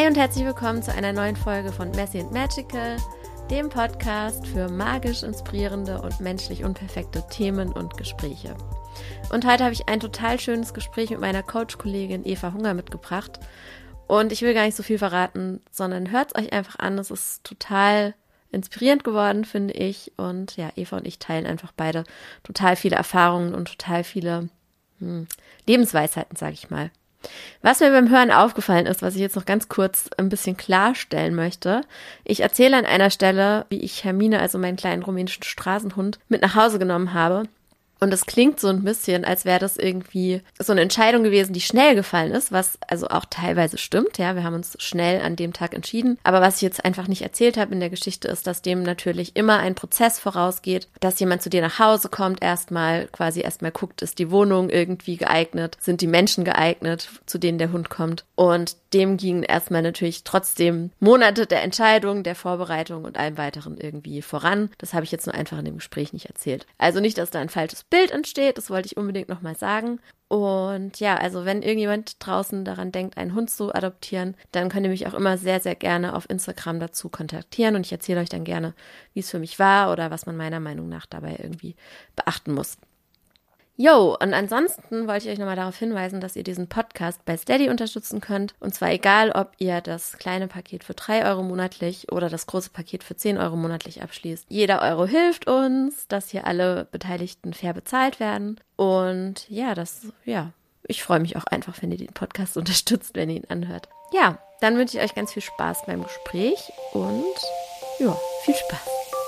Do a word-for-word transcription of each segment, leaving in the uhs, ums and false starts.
Hi und herzlich willkommen zu einer neuen Folge von Messy and Magical, dem Podcast für magisch inspirierende und menschlich unperfekte Themen und Gespräche. Und heute habe ich ein total schönes Gespräch mit meiner Coach-Kollegin Eva Hunger mitgebracht. Und ich will gar nicht so viel verraten, sondern hört es euch einfach an. Es ist total inspirierend geworden, finde ich. Und ja, Eva und ich teilen einfach beide total viele Erfahrungen und total viele hm, Lebensweisheiten, sage ich mal. Was mir beim Hören aufgefallen ist, was ich jetzt noch ganz kurz ein bisschen klarstellen möchte. Ich erzähle an einer Stelle, wie ich Hermine, also meinen kleinen rumänischen Straßenhund, mit nach Hause genommen habe. Und es klingt so ein bisschen, als wäre das irgendwie so eine Entscheidung gewesen, die schnell gefallen ist, was also auch teilweise stimmt. Ja, wir haben uns schnell an dem Tag entschieden. Aber was ich jetzt einfach nicht erzählt habe in der Geschichte ist, dass dem natürlich immer ein Prozess vorausgeht, dass jemand zu dir nach Hause kommt, erstmal quasi erstmal guckt, ist die Wohnung irgendwie geeignet, sind die Menschen geeignet, zu denen der Hund kommt. Und dem gingen erstmal natürlich trotzdem Monate der Entscheidung, der Vorbereitung und allem weiteren irgendwie voran. Das habe ich jetzt nur einfach in dem Gespräch nicht erzählt. Also nicht, dass da ein falsches Bild entsteht, das wollte ich unbedingt nochmal sagen. Und ja, also wenn irgendjemand draußen daran denkt, einen Hund zu adoptieren, dann könnt ihr mich auch immer sehr, sehr gerne auf Instagram dazu kontaktieren und ich erzähle euch dann gerne, wie es für mich war oder was man meiner Meinung nach dabei irgendwie beachten muss. Jo, und ansonsten wollte ich euch nochmal darauf hinweisen, dass ihr diesen Podcast bei Steady unterstützen könnt. Und zwar egal, ob ihr das kleine Paket für drei Euro monatlich oder das große Paket für zehn Euro monatlich abschließt. Jeder Euro hilft uns, dass hier alle Beteiligten fair bezahlt werden. Und ja, das, ja, ich freue mich auch einfach, wenn ihr den Podcast unterstützt, wenn ihr ihn anhört. Ja, dann wünsche ich euch ganz viel Spaß beim Gespräch und ja, viel Spaß.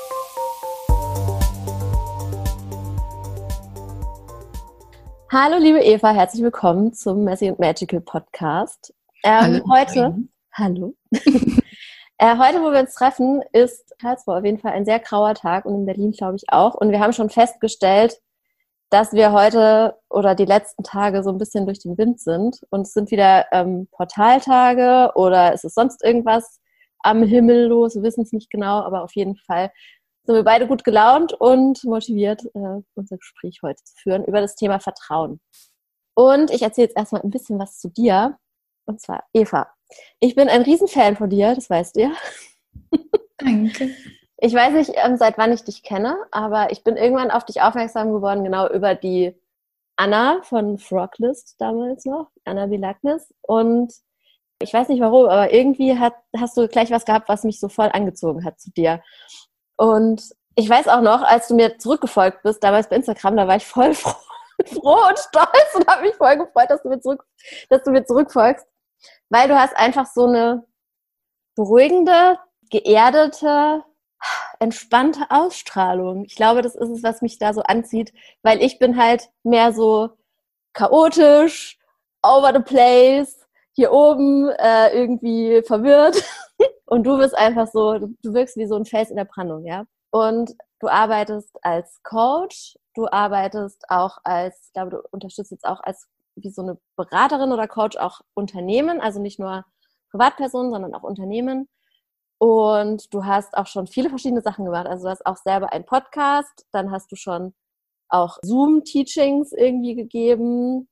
Hallo liebe Eva, herzlich willkommen zum Messy and Magical Podcast. Ähm, hallo. Heute, hallo. äh, heute, wo wir uns treffen, ist Karlsruhe auf jeden Fall ein sehr grauer Tag und in Berlin glaube ich auch. Und wir haben schon festgestellt, dass wir heute oder die letzten Tage so ein bisschen durch den Wind sind. Und es sind wieder ähm, Portaltage oder ist es sonst irgendwas am Himmel los, wir wissen es nicht genau, aber auf jeden Fall sind wir beide gut gelaunt und motiviert, äh, unser Gespräch heute zu führen über das Thema Vertrauen. Und ich erzähle jetzt erstmal ein bisschen was zu dir. Und zwar, Eva, ich bin ein Riesenfan von dir, das weißt du ja. Danke. Ich weiß nicht, ähm, seit wann ich dich kenne, aber ich bin irgendwann auf dich aufmerksam geworden, genau über die Anna von Froglist damals noch, Anna Bilagnis. Und ich weiß nicht warum, aber irgendwie hat, hast du gleich was gehabt, was mich so voll angezogen hat zu dir. Und ich weiß auch noch, als du mir zurückgefolgt bist, damals bei Instagram, da war ich voll froh, froh und stolz und habe mich voll gefreut, dass du mir zurück, dass du mir zurückfolgst, weil du hast einfach so eine beruhigende, geerdete, entspannte Ausstrahlung. Ich glaube, das ist es, was mich da so anzieht, weil ich bin halt mehr so chaotisch, over the place, hier oben äh, irgendwie verwirrt. Und du bist einfach so, du, du wirkst wie so ein Fels in der Brandung, ja. Und du arbeitest als Coach, du arbeitest auch als, ich glaube, du unterstützt jetzt auch als wie so eine Beraterin oder Coach auch Unternehmen, also nicht nur Privatpersonen, sondern auch Unternehmen. Und du hast auch schon viele verschiedene Sachen gemacht. Also du hast auch selber einen Podcast, dann hast du schon auch Zoom-Teachings irgendwie gegeben.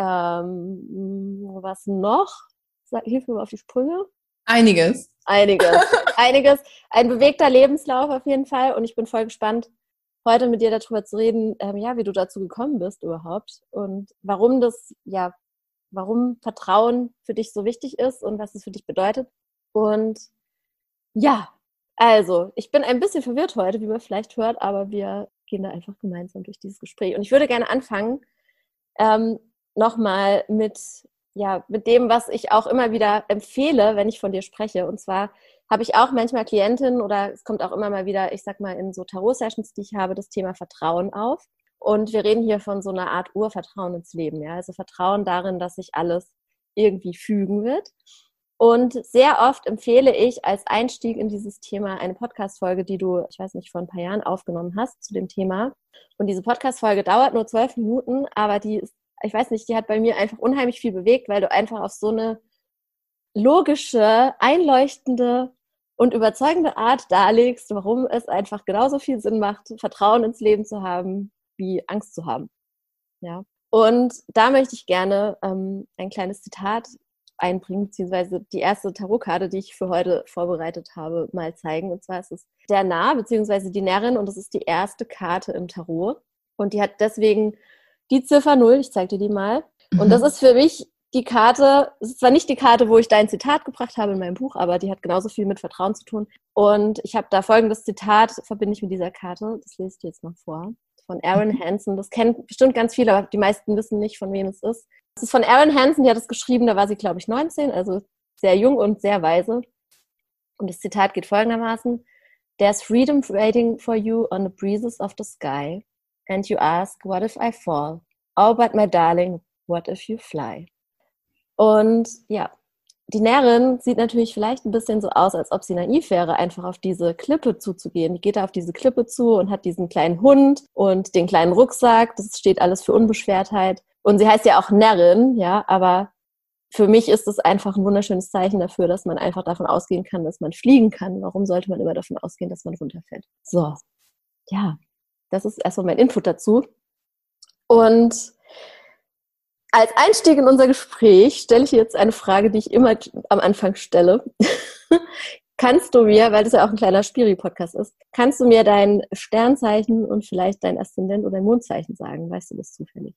Ähm, was noch? Sag, hilf mir mal auf die Sprünge. Einiges. Einiges. Einiges. Ein bewegter Lebenslauf auf jeden Fall. Und ich bin voll gespannt, heute mit dir darüber zu reden, ähm, ja, wie du dazu gekommen bist überhaupt und warum das, ja, warum Vertrauen für dich so wichtig ist und was es für dich bedeutet. Und ja, also, ich bin ein bisschen verwirrt heute, wie man vielleicht hört, aber wir gehen da einfach gemeinsam durch dieses Gespräch. Und ich würde gerne anfangen, ähm, nochmal mit ja, mit dem, was ich auch immer wieder empfehle, wenn ich von dir spreche. Und zwar habe ich auch manchmal Klientinnen oder es kommt auch immer mal wieder, ich sag mal in so Tarot-Sessions, die ich habe, das Thema Vertrauen auf. Und wir reden hier von so einer Art Urvertrauen ins Leben. Ja? Also Vertrauen darin, dass sich alles irgendwie fügen wird. Und sehr oft empfehle ich als Einstieg in dieses Thema eine Podcast-Folge, die du, ich weiß nicht, vor ein paar Jahren aufgenommen hast zu dem Thema. Und diese Podcast-Folge dauert nur zwölf Minuten, aber die ist, ich weiß nicht, die hat bei mir einfach unheimlich viel bewegt, weil du einfach auf so eine logische, einleuchtende und überzeugende Art darlegst, warum es einfach genauso viel Sinn macht, Vertrauen ins Leben zu haben, wie Angst zu haben. Ja. Und da möchte ich gerne ähm, ein kleines Zitat einbringen, beziehungsweise die erste Tarotkarte, die ich für heute vorbereitet habe, mal zeigen. Und zwar ist es der Narr, beziehungsweise die Närrin, und das ist die erste Karte im Tarot. Und die hat deswegen die Ziffer null, ich zeig dir die mal. Mhm. Und das ist für mich die Karte, es ist zwar nicht die Karte, wo ich dein Zitat gebracht habe in meinem Buch, aber die hat genauso viel mit Vertrauen zu tun. Und ich habe da folgendes Zitat, verbinde ich mit dieser Karte, das lese ich dir jetzt mal vor, von Erin Hansen. Das kennen bestimmt ganz viele, aber die meisten wissen nicht, von wem es ist. Es ist von Erin Hansen, die hat es geschrieben, da war sie, glaube ich, neunzehn, also sehr jung und sehr weise. Und das Zitat geht folgendermaßen: There's freedom waiting for you on the breezes of the sky. And you ask, what if I fall? Oh, but my darling, what if you fly? Und ja, die Närrin sieht natürlich vielleicht ein bisschen so aus, als ob sie naiv wäre, einfach auf diese Klippe zuzugehen. Die geht da auf diese Klippe zu und hat diesen kleinen Hund und den kleinen Rucksack. Das steht alles für Unbeschwertheit. Und sie heißt ja auch Närrin, ja, aber für mich ist es einfach ein wunderschönes Zeichen dafür, dass man einfach davon ausgehen kann, dass man fliegen kann. Warum sollte man immer davon ausgehen, dass man runterfällt? So, ja, das ist erstmal mein Input dazu. Und als Einstieg in unser Gespräch stelle ich jetzt eine Frage, die ich immer am Anfang stelle. Kannst du mir, weil das ja auch ein kleiner Spiri-Podcast ist, kannst du mir dein Sternzeichen und vielleicht dein Aszendent oder dein Mondzeichen sagen? Weißt du das zufällig?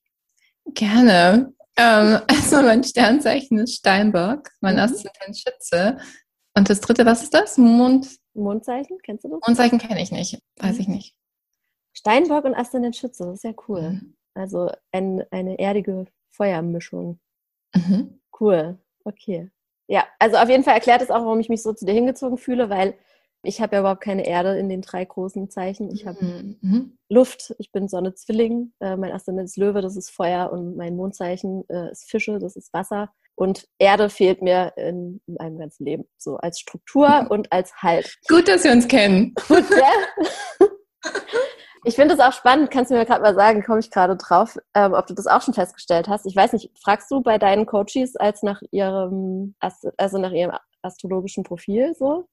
Gerne. Ähm, also mein Sternzeichen ist Steinbock, mein mhm. Aszendent Schütze. Und das dritte, was ist das? Mond... Mondzeichen, kennst du das? Mondzeichen kenne ich nicht, weiß mhm. ich nicht. Steinbock und Aszendent Schütze, das ist ja cool. Mhm. Also ein, eine erdige Feuermischung. Mhm. Cool, okay. Ja, also auf jeden Fall erklärt es auch, warum ich mich so zu dir hingezogen fühle, weil ich habe ja überhaupt keine Erde in den drei großen Zeichen. Ich habe mhm. Luft, ich bin Sonne Zwilling, äh, mein Aszendent ist Löwe, das ist Feuer, und mein Mondzeichen äh, ist Fische, das ist Wasser. Und Erde fehlt mir in meinem ganzen Leben, so als Struktur und als Halt. Gut, dass wir uns kennen. Gut, ja? Ich finde es auch spannend, kannst du mir gerade mal sagen, komme ich gerade drauf, ähm, ob du das auch schon festgestellt hast. Ich weiß nicht, fragst du bei deinen Coaches als nach ihrem, also nach ihrem astrologischen Profil so?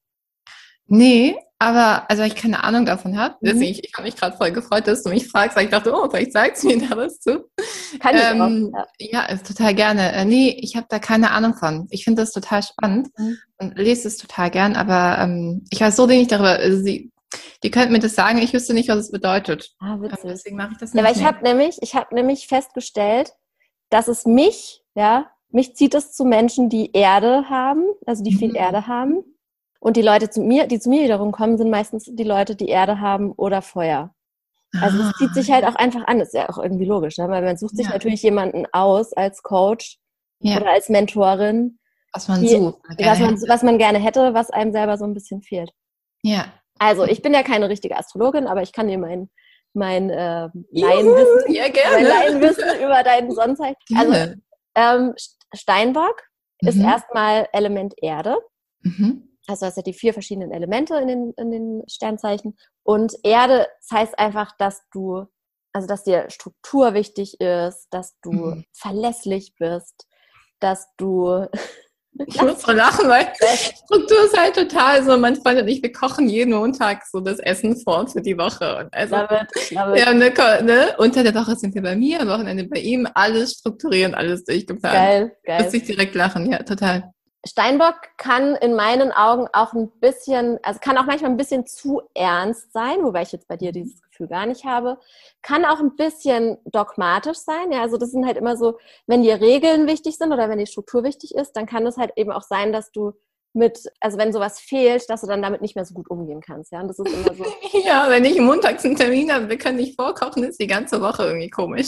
Nee, aber also weil ich keine Ahnung davon habe. Mhm. Deswegen, ich, ich habe mich gerade voll gefreut, dass du mich fragst, weil ich dachte, oh, vielleicht sagst du mir da was zu. Kann ich ähm, auch, ja. Ja, ist total gerne. Äh, nee, ich habe da keine Ahnung von. Ich finde das total spannend Mhm. und lese es total gern, aber ähm, ich weiß so wenig darüber. Also sie, die könnten mir das sagen, ich wüsste nicht, was es bedeutet. Ah, witzig. Ähm, deswegen mache ich das nicht. Ja, weil ich habe nämlich, ich habe nämlich festgestellt, dass es mich, ja, mich zieht es zu Menschen, die Erde haben, also die viel Mhm. Erde haben. Und die Leute zu mir, die zu mir wiederum kommen, sind meistens die Leute, die Erde haben oder Feuer. Also es Ah, zieht sich halt auch einfach an. Das ist ja auch irgendwie logisch, ne? Weil man sucht sich ja. natürlich jemanden aus als Coach Ja. oder als Mentorin, Was man die, sucht. was, man, was man gerne hätte, was einem selber so ein bisschen fehlt. Ja. Also ich bin ja keine richtige Astrologin, aber ich kann dir mein, mein, äh, Juhu, Laienwissen, ja, gerne. mein Laienwissen über deinen Sonnenzeichen. Also Gerne. ähm, Steinbock Mhm. ist erstmal Element Erde. Mhm. Also das sind die vier verschiedenen Elemente in den, in den Sternzeichen. Und Erde, das heißt einfach, dass du, also dass dir Struktur wichtig ist, dass du Mhm. verlässlich bist, dass du... Ich muss so lachen, weil Struktur ist halt total so, mein Freund und ich, wir kochen jeden Montag so das Essen vor für die Woche. Und also, damit, damit ja, ne, ne, unter der Woche sind wir bei mir, am Wochenende bei ihm, alles strukturieren, alles durchgeplant. geil, geil. Muss ich direkt lachen, ja, total. Steinbock kann in meinen Augen auch ein bisschen, also kann auch manchmal ein bisschen zu ernst sein, wobei ich jetzt bei dir dieses Gefühl gar nicht habe. Kann auch ein bisschen dogmatisch sein. Ja, also das sind halt immer so, wenn dir Regeln wichtig sind oder wenn die Struktur wichtig ist, dann kann es halt eben auch sein, dass du mit, also wenn sowas fehlt, dass du dann damit nicht mehr so gut umgehen kannst. Ja, und das ist immer so. Ja, wenn ich montags einen Termin habe, wir können nicht vorkochen, ist die ganze Woche irgendwie komisch.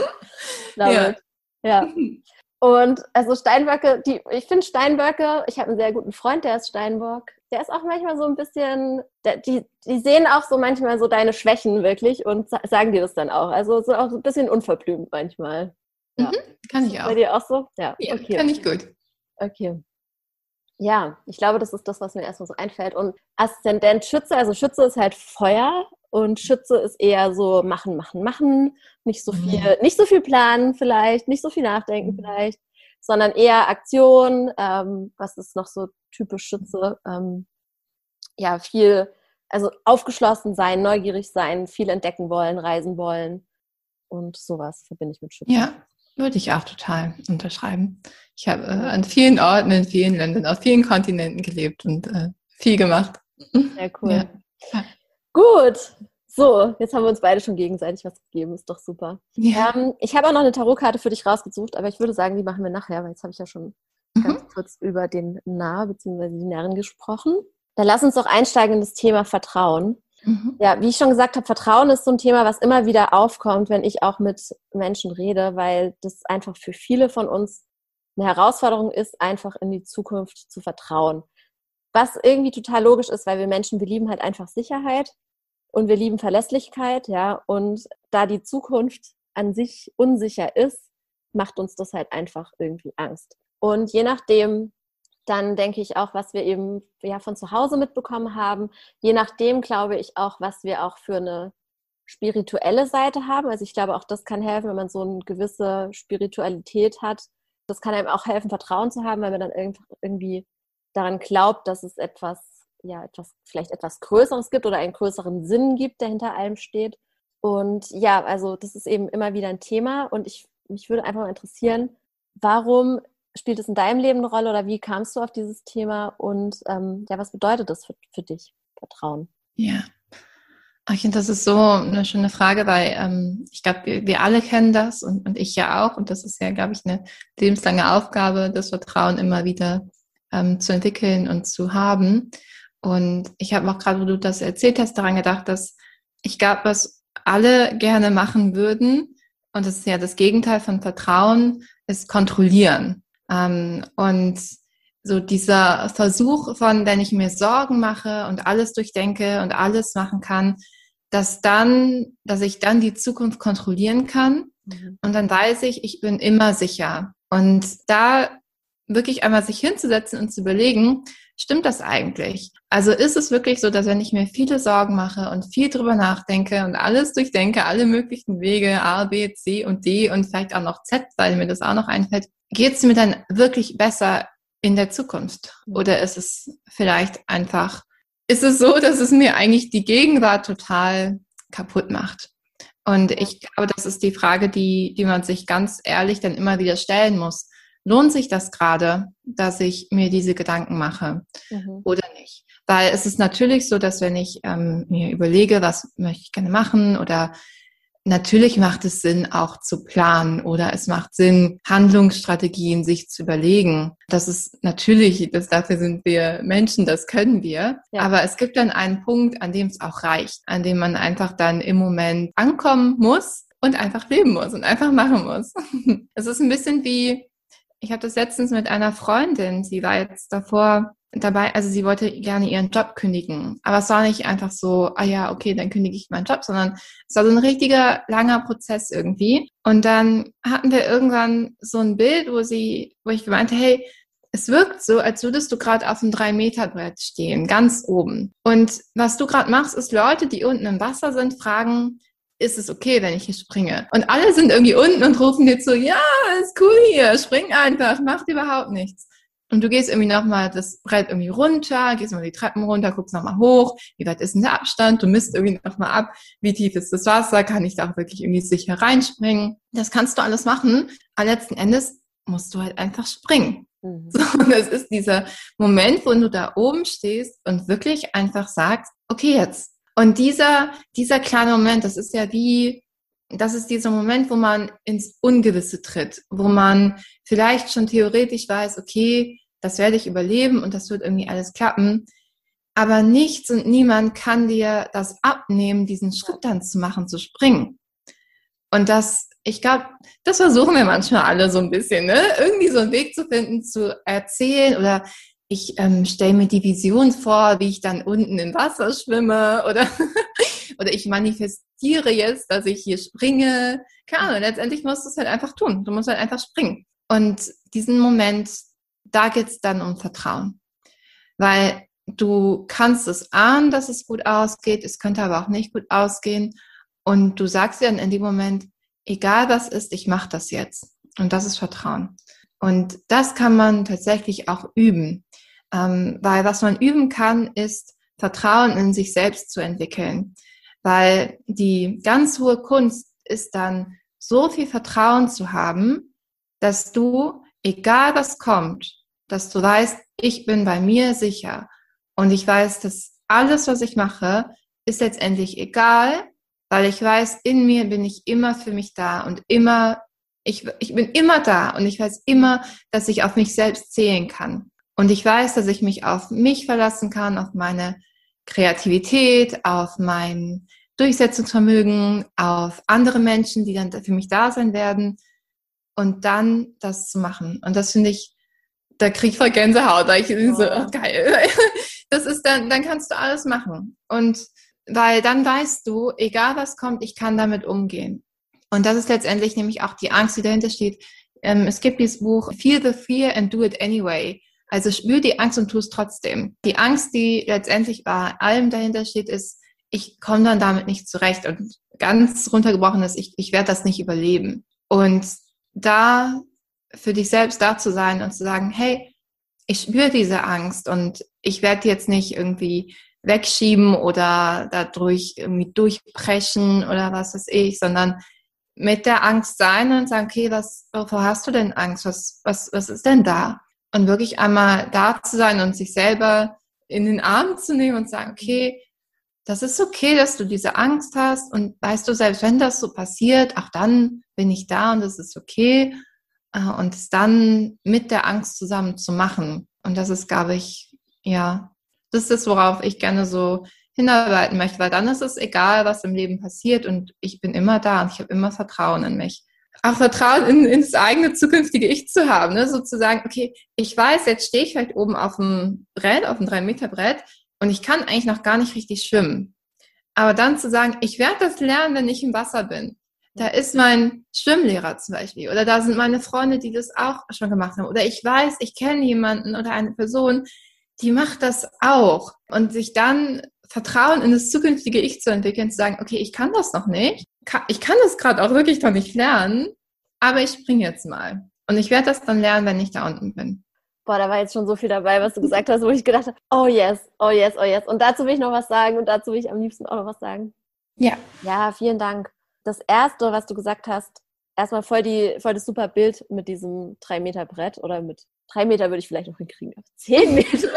Ja. Ja. Und also Steinböcke, die, ich finde Steinböcke, ich habe einen sehr guten Freund, der ist Steinbock, der ist auch manchmal so ein bisschen, der, die, die sehen auch so manchmal so deine Schwächen wirklich und sagen dir das dann auch. Also so auch so ein bisschen unverblümt manchmal. Ja. Mhm, kann ich auch. Bei dir auch so? Ja, Ja, okay. kann ich gut. Okay. Ja, ich glaube, das ist das, was mir erstmal so einfällt. Und Aszendent Schütze, also Schütze ist halt Feuer und Schütze ist eher so machen, machen, machen, nicht so viel, mhm. nicht so viel planen vielleicht, nicht so viel nachdenken mhm. vielleicht, sondern eher Aktion, ähm, was ist noch so typisch Schütze, ähm, ja, viel, also aufgeschlossen sein, neugierig sein, viel entdecken wollen, reisen wollen und sowas verbinde ich mit Schütze. Ja, Würde ich auch total unterschreiben. Ich habe äh, an vielen Orten, in vielen Ländern, auf vielen Kontinenten gelebt und äh, viel gemacht. Sehr cool. Ja. Gut. So, jetzt haben wir uns beide schon gegenseitig was gegeben. Ist doch super. Ja. Ähm, ich habe auch noch eine Tarotkarte für dich rausgesucht, aber ich würde sagen, die machen wir nachher, weil jetzt habe ich ja schon mhm. ganz kurz über den Narr bzw. die Närrin gesprochen. Dann lass uns doch einsteigen in das Thema Vertrauen. Mhm. Ja, wie ich schon gesagt habe, Vertrauen ist so ein Thema, was immer wieder aufkommt, wenn ich auch mit Menschen rede, weil das einfach für viele von uns eine Herausforderung ist, einfach in die Zukunft zu vertrauen. Was irgendwie total logisch ist, weil wir Menschen, wir lieben halt einfach Sicherheit und wir lieben Verlässlichkeit, ja, und da die Zukunft an sich unsicher ist, macht uns das halt einfach irgendwie Angst. Und je nachdem, dann denke ich auch, was wir eben ja von zu Hause mitbekommen haben, je nachdem glaube ich auch, was wir auch für eine spirituelle Seite haben. Also ich glaube, auch das kann helfen, wenn man so eine gewisse Spiritualität hat. Das kann einem auch helfen, Vertrauen zu haben, weil man dann irgendwie daran glaubt, dass es etwas, ja, etwas, vielleicht etwas Größeres gibt oder einen größeren Sinn gibt, der hinter allem steht. Und ja, also das ist eben immer wieder ein Thema und ich, mich würde einfach mal interessieren, warum spielt es in deinem Leben eine Rolle oder wie kamst du auf dieses Thema und ähm, ja, was bedeutet das für, für dich, Vertrauen? Ja, ich finde, das ist so eine schöne Frage, weil ähm, ich glaube, wir, wir alle kennen das und, und ich ja auch und das ist ja, glaube ich, eine lebenslange Aufgabe, das Vertrauen immer wieder ähm, zu entwickeln und zu haben. Und ich habe auch gerade, wo du das erzählt hast, daran gedacht, dass ich glaube, was alle gerne machen würden, und das ist ja das Gegenteil von Vertrauen, ist kontrollieren. Ähm, und so dieser Versuch von, wenn ich mir Sorgen mache und alles durchdenke und alles machen kann, dass dann, dass ich dann die Zukunft kontrollieren kann mhm. und dann weiß ich, ich bin immer sicher. Und da wirklich einmal sich hinzusetzen und zu überlegen, stimmt das eigentlich? Also ist es wirklich so, dass wenn ich mir viele Sorgen mache und viel drüber nachdenke und alles durchdenke, alle möglichen Wege, A, B, C und D und vielleicht auch noch Z, weil mir das auch noch einfällt, geht es mir dann wirklich besser in der Zukunft? Oder ist es vielleicht einfach, ist es so, dass es mir eigentlich die Gegenwart total kaputt macht? Und ich glaube, das ist die Frage, die, die man sich ganz ehrlich dann immer wieder stellen muss. Lohnt sich das gerade, dass ich mir diese Gedanken mache mhm. oder nicht? Weil es ist natürlich so, dass wenn ich ähm, mir überlege, was möchte ich gerne machen oder natürlich macht es Sinn, auch zu planen oder es macht Sinn, Handlungsstrategien sich zu überlegen. Das ist natürlich, das, dafür sind wir Menschen, das können wir. Ja. Aber es gibt dann einen Punkt, an dem es auch reicht, an dem man einfach dann im Moment ankommen muss und einfach leben muss und einfach machen muss. Es ist ein bisschen wie, ich habe das letztens mit einer Freundin, sie war jetzt davor dabei, also sie wollte gerne ihren Job kündigen, aber es war nicht einfach so, ah ja, okay, dann kündige ich meinen Job, sondern es war so ein richtiger, langer Prozess irgendwie. Und dann hatten wir irgendwann so ein Bild, wo sie, wo ich gemeinte, hey, es wirkt so, als würdest du gerade auf einem drei Meter Brett stehen, ganz oben. Und was du gerade machst, ist Leute, die unten im Wasser sind, fragen, ist es okay, wenn ich hier springe? Und alle sind irgendwie unten und rufen dir zu, ja, ist cool hier, spring einfach, macht überhaupt nichts. Und du gehst irgendwie nochmal das Brett irgendwie runter, gehst mal die Treppen runter, guckst nochmal hoch, wie weit ist denn der Abstand, du misst irgendwie nochmal ab, wie tief ist das Wasser, kann ich da auch wirklich irgendwie sicher reinspringen. Das kannst du alles machen, aber letzten Endes musst du halt einfach springen. Mhm. So, und das ist dieser Moment, wo du da oben stehst und wirklich einfach sagst, okay, jetzt. Und dieser, dieser kleine Moment, das ist ja wie, das ist dieser Moment, wo man ins Ungewisse tritt, wo man vielleicht schon theoretisch weiß, okay, das werde ich überleben und das wird irgendwie alles klappen. Aber nichts und niemand kann dir das abnehmen, diesen Schritt dann zu machen, zu springen. Und das, ich glaube, das versuchen wir manchmal alle so ein bisschen, ne? Irgendwie so einen Weg zu finden, zu erzählen oder ich ähm, stelle mir die Vision vor, wie ich dann unten im Wasser schwimme oder, oder ich manifestiere jetzt, dass ich hier springe. Keine Ahnung, letztendlich musst du es halt einfach tun. Du musst halt einfach springen. Und diesen Moment, da geht's dann um Vertrauen. Weil du kannst es ahnen, dass es gut ausgeht, es könnte aber auch nicht gut ausgehen. Und du sagst dir dann in dem Moment, egal was ist, ich mache das jetzt. Und das ist Vertrauen. Und das kann man tatsächlich auch üben. Ähm, weil was man üben kann, ist Vertrauen in sich selbst zu entwickeln. Weil die ganz hohe Kunst ist dann, so viel Vertrauen zu haben, dass du, egal was kommt, dass du weißt, ich bin bei mir sicher und ich weiß, dass alles, was ich mache, ist letztendlich egal, weil ich weiß, in mir bin ich immer für mich da und immer, ich, ich bin immer da und ich weiß immer, dass ich auf mich selbst zählen kann. Und ich weiß, dass ich mich auf mich verlassen kann, auf meine Kreativität, auf mein Durchsetzungsvermögen, auf andere Menschen, die dann für mich da sein werden und dann das zu machen. Und das finde ich, da kriege ich voll Gänsehaut, weil ich ja. so, oh, geil. Das ist dann, dann kannst du alles machen. Und weil dann weißt du, egal was kommt, ich kann damit umgehen. Und das ist letztendlich nämlich auch die Angst, die dahinter steht. Ähm, es gibt dieses Buch Feel the Fear and Do It Anyway. Also spür die Angst und tu es trotzdem. Die Angst, die letztendlich bei allem dahinter steht, ist, ich komme dann damit nicht zurecht. Und ganz runtergebrochen ist, ich, ich werde das nicht überleben. Und da für dich selbst da zu sein und zu sagen, hey, ich spüre diese Angst und ich werde die jetzt nicht irgendwie wegschieben oder dadurch irgendwie durchbrechen oder was weiß ich, sondern mit der Angst sein und sagen, okay, was, wovor hast du denn Angst? Was, was, was ist denn da? Und wirklich einmal da zu sein und sich selber in den Arm zu nehmen und sagen, okay, das ist okay, dass du diese Angst hast und weißt du, selbst wenn das so passiert, auch dann bin ich da und das ist okay und es dann mit der Angst zusammen zu machen. Und das ist, glaube ich, ja, das ist das, worauf ich gerne so hinarbeiten möchte, weil dann ist es egal, was im Leben passiert und ich bin immer da und ich habe immer Vertrauen in mich. Auch Vertrauen in, in das eigene zukünftige Ich zu haben, ne? Sozusagen, okay, ich weiß, jetzt stehe ich vielleicht oben auf dem Brett, auf dem drei Meter Brett und ich kann eigentlich noch gar nicht richtig schwimmen. Aber dann zu sagen, ich werde das lernen, wenn ich im Wasser bin. Da ist mein Schwimmlehrer zum Beispiel oder da sind meine Freunde, die das auch schon gemacht haben. Oder ich weiß, ich kenne jemanden oder eine Person, die macht das auch. Und sich dann Vertrauen in das zukünftige Ich zu entwickeln, zu sagen, okay, ich kann das noch nicht. Ich kann das gerade auch wirklich noch nicht lernen, aber ich springe jetzt mal. Und ich werde das dann lernen, wenn ich da unten bin. Boah, da war jetzt schon so viel dabei, was du gesagt hast, wo ich gedacht habe, oh yes, oh yes, oh yes. Und dazu will ich noch was sagen und dazu will ich am liebsten auch noch was sagen. Ja. Ja, vielen Dank. Das Erste, was du gesagt hast, erstmal voll, die, voll das super Bild mit diesem drei Meter Brett oder mit drei Meter würde ich vielleicht noch hinkriegen, aber zehn Meter.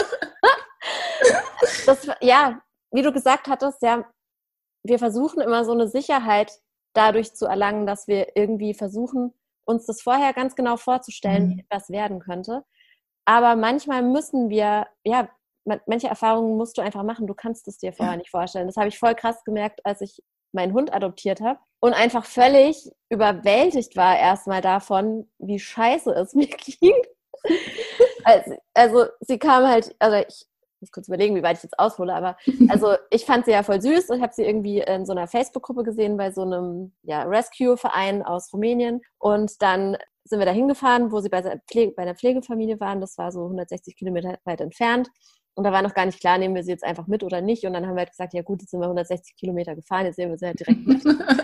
Das, ja, wie du gesagt hattest, ja, wir versuchen immer so eine Sicherheit dadurch zu erlangen, dass wir irgendwie versuchen, uns das vorher ganz genau vorzustellen, mhm. wie etwas werden könnte. Aber manchmal müssen wir, ja, manche Erfahrungen musst du einfach machen. Du kannst es dir vorher ja. nicht vorstellen. Das habe ich voll krass gemerkt, als ich meinen Hund adoptiert habe und einfach völlig überwältigt war erstmal davon, wie scheiße es mir ging. also, also sie kam halt, also ich muss kurz überlegen, wie weit ich jetzt aushole, aber also ich fand sie ja voll süß und habe sie irgendwie in so einer Facebook-Gruppe gesehen bei so einem ja, Rescue-Verein aus Rumänien und dann sind wir da hingefahren, wo sie bei, Pflege, bei einer Pflegefamilie waren, das war so hundertsechzig Kilometer weit entfernt und da war noch gar nicht klar, nehmen wir sie jetzt einfach mit oder nicht und dann haben wir halt gesagt, ja gut, jetzt sind wir hundertsechzig Kilometer gefahren, jetzt nehmen wir sie halt direkt mit.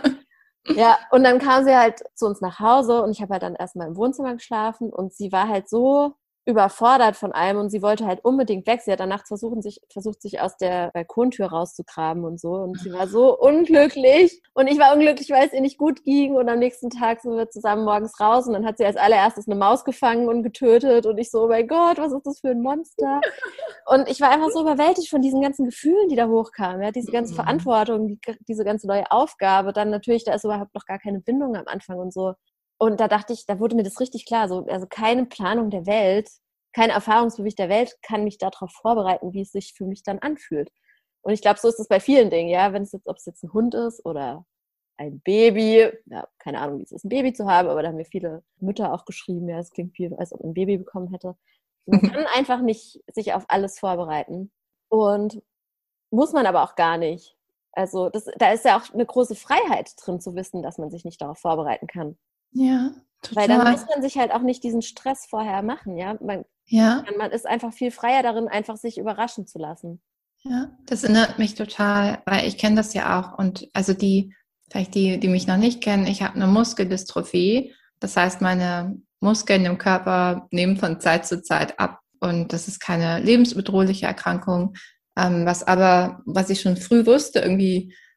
Ja, und dann kam sie halt zu uns nach Hause und ich habe halt dann erstmal im Wohnzimmer geschlafen und sie war halt so überfordert von allem und sie wollte halt unbedingt weg. Sie hat danach versucht sich, versucht, sich aus der Balkontür rauszugraben und so und sie war so unglücklich und ich war unglücklich, weil es ihr nicht gut ging und am nächsten Tag sind wir zusammen morgens raus und dann hat sie als allererstes eine Maus gefangen und getötet und ich so, oh mein Gott, was ist das für ein Monster? Und ich war einfach so überwältigt von diesen ganzen Gefühlen, die da hochkamen, ja, diese ganze Verantwortung, die, diese ganze neue Aufgabe, dann natürlich, da ist überhaupt noch gar keine Bindung am Anfang und so. Und da dachte ich, da wurde mir das richtig klar, so, also keine Planung der Welt, kein Erfahrungsbericht der Welt kann mich darauf vorbereiten, wie es sich für mich dann anfühlt. Und ich glaube, so ist es bei vielen Dingen, ja, wenn es jetzt, ob es jetzt ein Hund ist oder ein Baby, ja, keine Ahnung, wie es ist, ein Baby zu haben, aber da haben mir viele Mütter auch geschrieben, ja, es klingt wie, als ob man ein Baby bekommen hätte. Man kann einfach nicht sich auf alles vorbereiten und muss man aber auch gar nicht. Also das, da ist ja auch eine große Freiheit drin zu wissen, dass man sich nicht darauf vorbereiten kann. Ja, total. Weil dann muss man sich halt auch nicht diesen Stress vorher machen, ja. Man, ja. man ist einfach viel freier darin, einfach sich überraschen zu lassen. Ja, das erinnert mich total, weil ich kenne das ja auch und also die, vielleicht die, die mich noch nicht kennen, ich habe eine Muskeldystrophie, das heißt, meine Muskeln im Körper nehmen von Zeit zu Zeit ab und das ist keine lebensbedrohliche Erkrankung, ähm, was aber, was ich schon früh wusste, irgendwie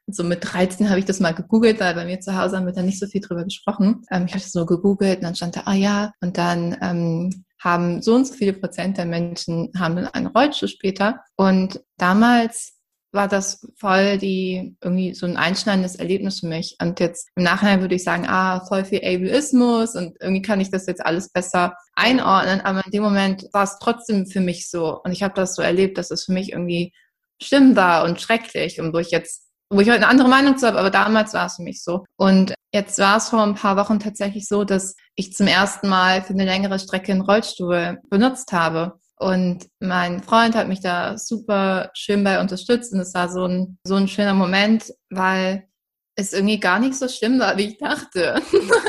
so mit dreizehn habe ich das mal gegoogelt, weil bei mir zu Hause haben wir da nicht so viel drüber gesprochen. Ähm, ich habe das so gegoogelt und dann stand da, ah ja, und dann ähm, haben so und so viele Prozent der Menschen haben dann einen Rollstuhl später. Und damals war das voll die, irgendwie so ein einschneidendes Erlebnis für mich. Und jetzt im Nachhinein würde ich sagen, ah, voll viel Ableismus und irgendwie kann ich das jetzt alles besser einordnen. Aber in dem Moment war es trotzdem für mich so. Und ich habe das so erlebt, dass es für mich irgendwie schlimm war und schrecklich. Und wo ich jetzt, wo ich heute eine andere Meinung zu habe, aber damals war es für mich so. Und jetzt war es vor ein paar Wochen tatsächlich so, dass ich zum ersten Mal für eine längere Strecke einen Rollstuhl benutzt habe. Und mein Freund hat mich da super schön bei unterstützt und es war so ein, so ein schöner Moment, weil es irgendwie gar nicht so schlimm war, wie ich dachte.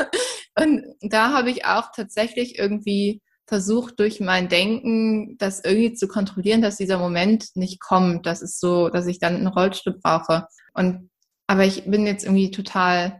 Und da habe ich auch tatsächlich irgendwie versucht, durch mein Denken das irgendwie zu kontrollieren, dass dieser Moment nicht kommt. Das ist so, dass ich dann einen Rollstuhl brauche. Und, aber ich bin jetzt irgendwie total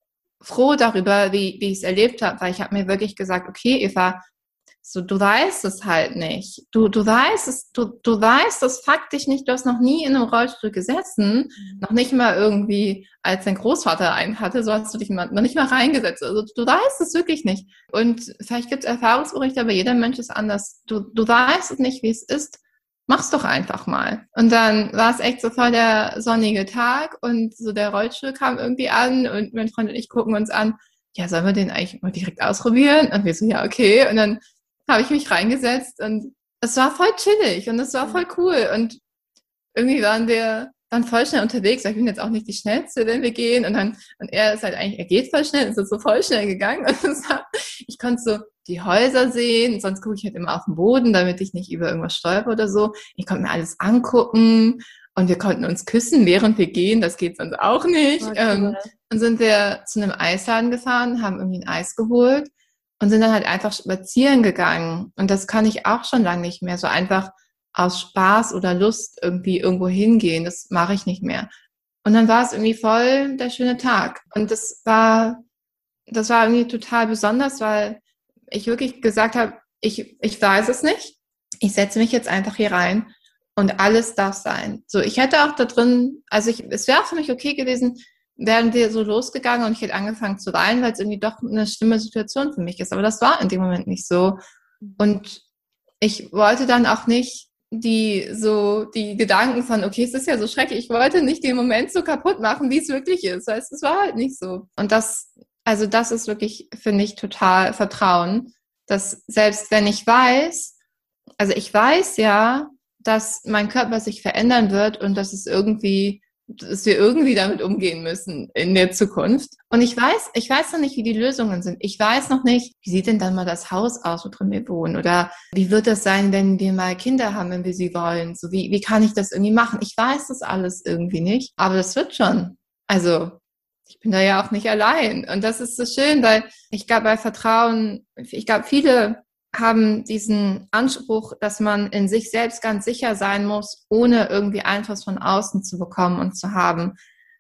froh darüber, wie, wie ich es erlebt habe, weil ich habe mir wirklich gesagt, okay, Eva, so, du weißt es halt nicht. Du, du weißt es, du, du weißt es faktisch nicht. Du hast noch nie in einem Rollstuhl gesessen, mhm. noch nicht mal irgendwie, als dein Großvater einen hatte, so hast du dich noch nicht mal reingesetzt. Also, du weißt es wirklich nicht. Und vielleicht gibt es Erfahrungsberichte, aber jeder Mensch ist anders. Du, du weißt es nicht, wie es ist. Mach's doch einfach mal. Und dann war es echt so voll der sonnige Tag und so der Rollstuhl kam irgendwie an und mein Freund und ich gucken uns an, ja, sollen wir den eigentlich mal direkt ausprobieren? Und wir so, ja, okay. Und dann habe ich mich reingesetzt und es war voll chillig und es war voll cool und irgendwie waren wir dann voll schnell unterwegs. Ich bin jetzt auch nicht die Schnellste, wenn wir gehen und dann, und er ist halt eigentlich, er geht voll schnell, ist so voll schnell gegangen und es war, ich konnte so die Häuser sehen, sonst gucke ich halt immer auf den Boden, damit ich nicht über irgendwas stolper oder so. Ich konnte mir alles angucken und wir konnten uns küssen, während wir gehen, das geht sonst auch nicht. Oh, cool. ähm, dann sind wir zu einem Eisladen gefahren, haben irgendwie ein Eis geholt und sind dann halt einfach spazieren gegangen. Und das kann ich auch schon lange nicht mehr. So einfach aus Spaß oder Lust irgendwie irgendwo hingehen. Das mache ich nicht mehr. Und dann war es irgendwie voll der schöne Tag. Und das war, das war irgendwie total besonders, weil ich wirklich gesagt habe, ich, ich weiß es nicht. Ich setze mich jetzt einfach hier rein und alles darf sein. So, ich hätte auch da drin, also ich, es wäre für mich okay gewesen, wären wir so losgegangen und ich hätte angefangen zu weinen, weil es irgendwie doch eine schlimme Situation für mich ist. Aber das war in dem Moment nicht so. Und ich wollte dann auch nicht die so die Gedanken von, okay, es ist ja so schrecklich, ich wollte nicht den Moment so kaputt machen, wie es wirklich ist. Das heißt, es war halt nicht so. Und das, also das ist wirklich, finde ich, total Vertrauen, dass selbst wenn ich weiß, also ich weiß ja, dass mein Körper sich verändern wird und dass es irgendwie dass wir irgendwie damit umgehen müssen in der Zukunft. Und ich weiß, ich weiß noch nicht, wie die Lösungen sind. Ich weiß noch nicht, wie sieht denn dann mal das Haus aus, wo drin wir wohnen? Oder wie wird das sein, wenn wir mal Kinder haben, wenn wir sie wollen? So, wie, wie kann ich das irgendwie machen? Ich weiß das alles irgendwie nicht, aber das wird schon. Also, ich bin da ja auch nicht allein. Und das ist so schön, weil ich glaube, bei Vertrauen, ich glaube, viele haben diesen Anspruch, dass man in sich selbst ganz sicher sein muss, ohne irgendwie Einfluss von außen zu bekommen und zu haben.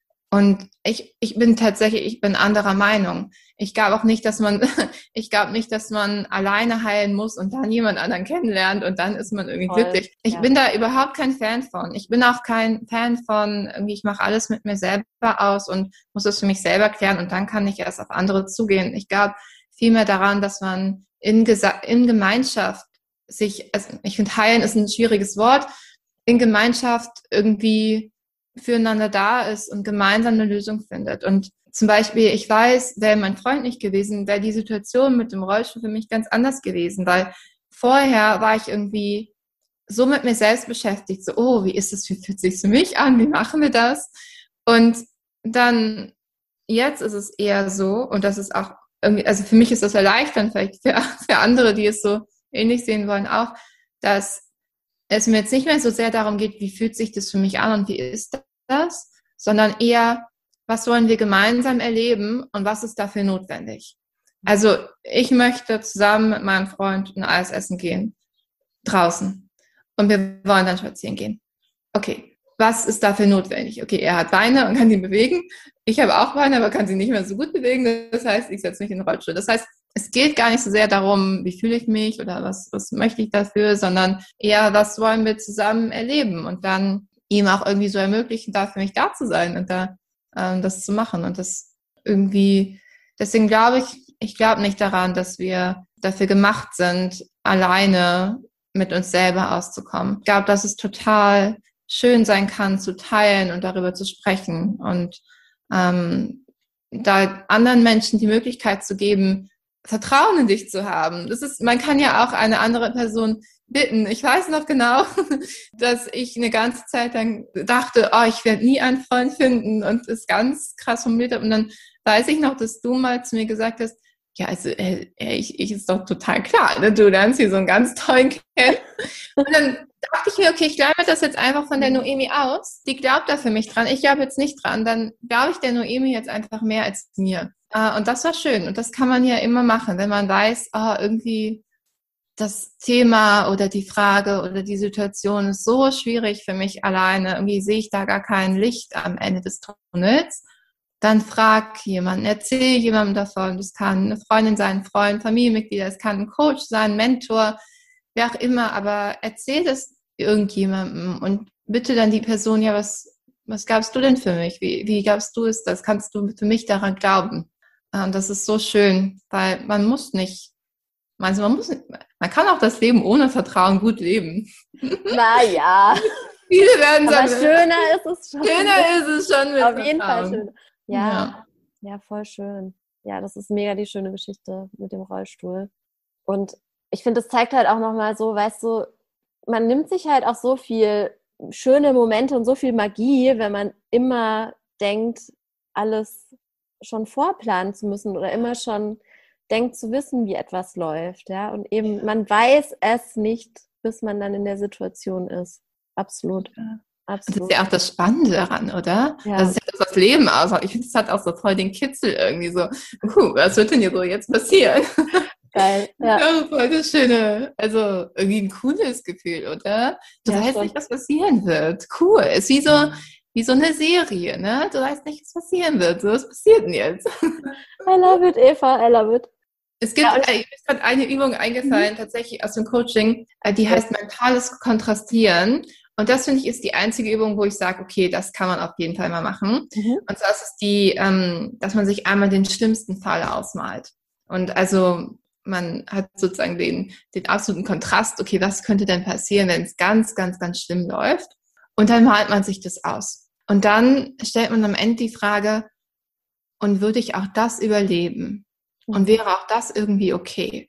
Und ich, ich bin tatsächlich, ich bin anderer Meinung. Ich glaube auch nicht, dass man, ich glaube nicht, dass man alleine heilen muss und dann jemand anderen kennenlernt und dann ist man irgendwie Voll, glücklich. Ich ja. bin da überhaupt kein Fan von. Ich bin auch kein Fan von, irgendwie, ich mache alles mit mir selber aus und muss es für mich selber klären und dann kann ich erst auf andere zugehen. Ich glaube vielmehr daran, dass man in, Gesa- in Gemeinschaft sich, also ich finde, heilen ist ein schwieriges Wort, in Gemeinschaft irgendwie füreinander da ist und gemeinsam eine Lösung findet. Und zum Beispiel, ich weiß, wäre mein Freund nicht gewesen, wäre die Situation mit dem Rollstuhl für mich ganz anders gewesen, weil vorher war ich irgendwie so mit mir selbst beschäftigt, so, oh, wie ist es, wie fühlt es sich für mich an, wie machen wir das? Und dann, jetzt ist es eher so, und das ist auch irgendwie, also für mich ist das erleichternd, vielleicht für, für andere, die es so ähnlich sehen wollen, auch, dass es mir jetzt nicht mehr so sehr darum geht, wie fühlt sich das für mich an und wie ist das, sondern eher, was wollen wir gemeinsam erleben und was ist dafür notwendig. Also ich möchte zusammen mit meinem Freund ein Eis essen gehen, draußen, und wir wollen dann spazieren gehen. Okay. Was ist dafür notwendig? Okay, er hat Beine und kann die bewegen. Ich habe auch Beine, aber kann sie nicht mehr so gut bewegen. Das heißt, ich setze mich in den Rollstuhl. Das heißt, es geht gar nicht so sehr darum, wie fühle ich mich oder was, was möchte ich dafür, sondern eher, was wollen wir zusammen erleben und dann ihm auch irgendwie so ermöglichen, da für mich da zu sein und da ähm, das zu machen. Und das irgendwie, deswegen glaube ich, ich glaube nicht daran, dass wir dafür gemacht sind, alleine mit uns selber auszukommen. Ich glaube, dass es total schön sein kann, zu teilen und darüber zu sprechen und ähm, da anderen Menschen die Möglichkeit zu geben, Vertrauen in dich zu haben. Das ist, man kann ja auch eine andere Person bitten. Ich weiß noch genau, dass ich eine ganze Zeit lang dachte, oh, ich werde nie einen Freund finden und es ganz krass formuliert habe. Und dann weiß ich noch, dass du mal zu mir gesagt hast, ja, also äh, ich, ich ist doch total klar, ne? Du lernst hier so einen ganz tollen kennen. Und dann dachte ich mir, okay, ich glaube das jetzt einfach von der Noemi aus. Die glaubt da für mich dran. Ich glaube jetzt nicht dran. Dann glaube ich der Noemi jetzt einfach mehr als mir. Äh, und das war schön. Und das kann man ja immer machen, wenn man weiß, oh, irgendwie das Thema oder die Frage oder die Situation ist so schwierig für mich alleine. Irgendwie sehe ich da gar kein Licht am Ende des Tunnels. Dann frag jemanden, erzähl jemandem davon. Das kann eine Freundin sein, ein Freund, Familienmitglieder, es kann ein Coach sein, ein Mentor, wer auch immer. Aber erzähl das irgendjemandem und bitte dann die Person, ja, was, was gabst du denn für mich? Wie, wie gabst du es das? Kannst du für mich daran glauben? Und das ist so schön, weil man muss nicht, also man muss, man kann auch das Leben ohne Vertrauen gut leben. Naja. Viele werden aber sagen, schöner ist es schon. Schöner ist es schon mit Auf jeden Fall Vertrauen. schön. Ja, Ja. ja, voll schön. Ja, das ist mega die schöne Geschichte mit dem Rollstuhl. Und ich finde, das zeigt halt auch nochmal so, weißt du, man nimmt sich halt auch so viel schöne Momente und so viel Magie, wenn man immer denkt, alles schon vorplanen zu müssen oder immer schon denkt zu wissen, wie etwas läuft. Ja? Und eben, man weiß es nicht, bis man dann in der Situation ist. Absolut. Ja. Absolut. Und das ist ja auch das Spannende daran, oder? Ja. Das ist ja das, was Leben ausmacht. Ich finde, das hat auch so voll den Kitzel irgendwie so. Uh, was wird denn hier so jetzt passieren? Geil. Ja. Ja, voll das Schöne. Also irgendwie ein cooles Gefühl, oder? Du Ja, weißt schon. nicht, was passieren wird. Cool. Ist wie so, wie so eine Serie, ne? Du weißt nicht, was passieren wird. So, was passiert denn jetzt? I love it, Eva. I love it. Es gibt, Ja, äh, mir ist gerade eine Übung eingefallen, mhm. tatsächlich aus dem Coaching, äh, die heißt mentales Kontrastieren. Und das, finde ich, ist die einzige Übung, wo ich sage, okay, das kann man auf jeden Fall mal machen. Mhm. Und zwar ist es die, ähm, dass man sich einmal den schlimmsten Fall ausmalt. Und also man hat sozusagen den, den absoluten Kontrast, okay, was könnte denn passieren, wenn es ganz, ganz, ganz schlimm läuft? Und dann malt man sich das aus. Und dann stellt man am Ende die Frage, und würde ich auch das überleben? Und wäre auch das irgendwie okay?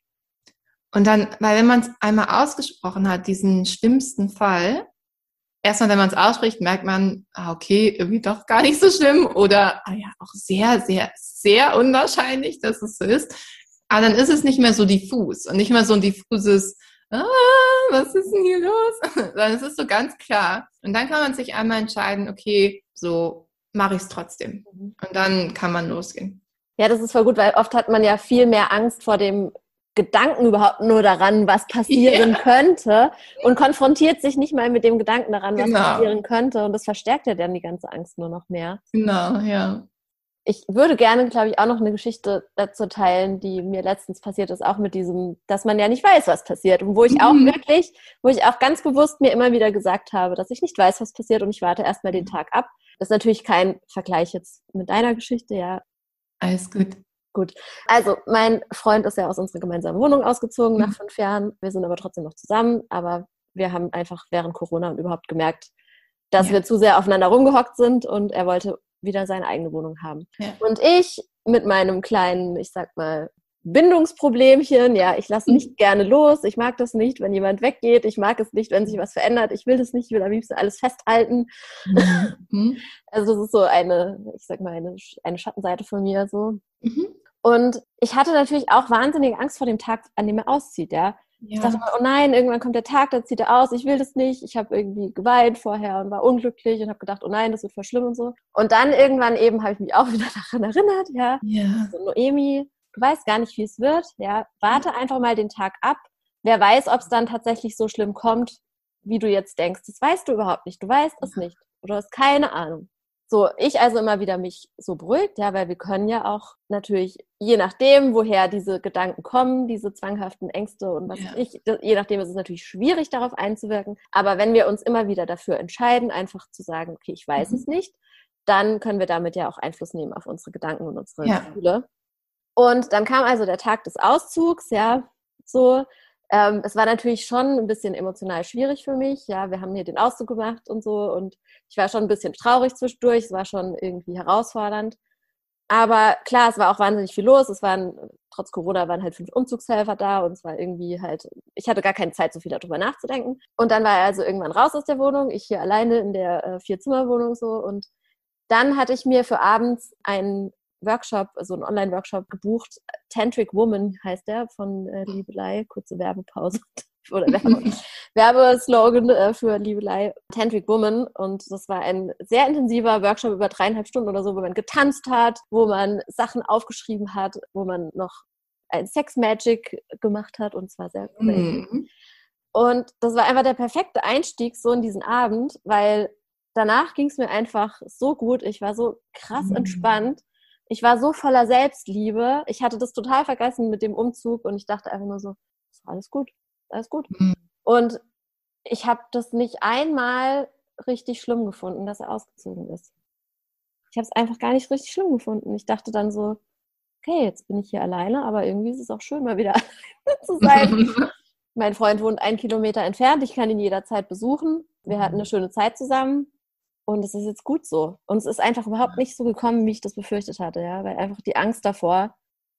Und dann, weil wenn man es einmal ausgesprochen hat, diesen schlimmsten Fall, erstmal, wenn man es ausspricht, merkt man, ah, okay, irgendwie doch gar nicht so schlimm oder ah ja, auch sehr, sehr, sehr unwahrscheinlich, dass es so ist. Aber dann ist es nicht mehr so diffus und nicht mehr so ein diffuses, ah, was ist denn hier los? Sondern es ist so ganz klar. Und dann kann man sich einmal entscheiden, okay, so mache ich es trotzdem. Und dann kann man losgehen. Ja, das ist voll gut, weil oft hat man ja viel mehr Angst vor dem Gedanken überhaupt nur daran, was passieren ja. könnte und konfrontiert sich nicht mal mit dem Gedanken daran, was genau. passieren könnte und das verstärkt ja dann die ganze Angst nur noch mehr. Genau, ja. Ich würde gerne, glaube ich, auch noch eine Geschichte dazu teilen, die mir letztens passiert ist, auch mit diesem, dass man ja nicht weiß, was passiert und wo ich auch mhm. wirklich, wo ich auch ganz bewusst mir immer wieder gesagt habe, dass ich nicht weiß, was passiert und ich warte erstmal den Tag ab. Das ist natürlich kein Vergleich jetzt mit deiner Geschichte, ja. Alles gut. Gut. Also, mein Freund ist ja aus unserer gemeinsamen Wohnung ausgezogen nach fünf Jahren. Wir sind aber trotzdem noch zusammen, aber wir haben einfach während Corona und überhaupt gemerkt, dass ja. wir zu sehr aufeinander rumgehockt sind und er wollte wieder seine eigene Wohnung haben. Ja. Und ich mit meinem kleinen, ich sag mal, Bindungsproblemchen, ja, ich lasse nicht gerne los, ich mag das nicht, wenn jemand weggeht, ich mag es nicht, wenn sich was verändert, ich will das nicht, ich will am liebsten alles festhalten. Mhm. Also das ist so eine, ich sag mal, eine, eine Schattenseite von mir so. Mhm. Und ich hatte natürlich auch wahnsinnige Angst vor dem Tag, an dem er auszieht, ja. Ja. Ich dachte mal, oh nein, irgendwann kommt der Tag, dann zieht er aus, ich will das nicht. Ich habe irgendwie geweint vorher und war unglücklich und habe gedacht, oh nein, das wird voll schlimm und so. Und dann irgendwann eben habe ich mich auch wieder daran erinnert, ja. ja. So, Noemi, du weißt gar nicht, wie es wird, ja. Warte einfach mal den Tag ab. Wer weiß, ob es dann tatsächlich so schlimm kommt, wie du jetzt denkst. Das weißt du überhaupt nicht. Du weißt es nicht. Du hast keine Ahnung. So, ich also immer wieder mich so beruhigt, ja, weil wir können ja auch natürlich, je nachdem, woher diese Gedanken kommen, diese zwanghaften Ängste und was ja. ich, je nachdem ist es natürlich schwierig, darauf einzuwirken. Aber wenn wir uns immer wieder dafür entscheiden, einfach zu sagen, okay, ich weiß mhm. es nicht, dann können wir damit ja auch Einfluss nehmen auf unsere Gedanken und unsere Ja. Gefühle. Und dann kam also der Tag des Auszugs, ja, so. Ähm, es war natürlich schon ein bisschen emotional schwierig für mich, ja, wir haben hier den Auszug gemacht und so und ich war schon ein bisschen traurig zwischendurch, es war schon irgendwie herausfordernd. Aber klar, es war auch wahnsinnig viel los, es waren, trotz Corona waren halt fünf Umzugshelfer da und es war irgendwie halt, ich hatte gar keine Zeit, so viel darüber nachzudenken. Und dann war er also irgendwann raus aus der Wohnung, ich hier alleine in der äh, Vier-Zimmer-Wohnung so und dann hatte ich mir für abends einen Workshop, so einen Online-Workshop gebucht. Tantric Woman heißt der, von äh, Liebelei. Kurze Werbepause oder Werbe, Werbeslogan äh, für Liebelei. Tantric Woman. Und das war ein sehr intensiver Workshop über dreieinhalb Stunden oder so, wo man getanzt hat, wo man Sachen aufgeschrieben hat, wo man noch ein Sex Magic gemacht hat und zwar sehr crazy. Mhm. Und das war einfach der perfekte Einstieg so in diesen Abend, weil danach ging es mir einfach so gut. Ich war so krass entspannt. Ich war so voller Selbstliebe. Ich hatte das total vergessen mit dem Umzug und ich dachte einfach nur so, ist alles gut, alles gut. Mhm. Und ich habe das nicht einmal richtig schlimm gefunden, dass er ausgezogen ist. Ich habe es einfach gar nicht richtig schlimm gefunden. Ich dachte dann so, okay, jetzt bin ich hier alleine, aber irgendwie ist es auch schön, mal wieder alleine zu sein. Mein Freund wohnt einen Kilometer entfernt. Ich kann ihn jederzeit besuchen. Wir hatten eine schöne Zeit zusammen. Und es ist jetzt gut so. Und es ist einfach überhaupt nicht so gekommen, wie ich das befürchtet hatte, ja, weil einfach die Angst davor.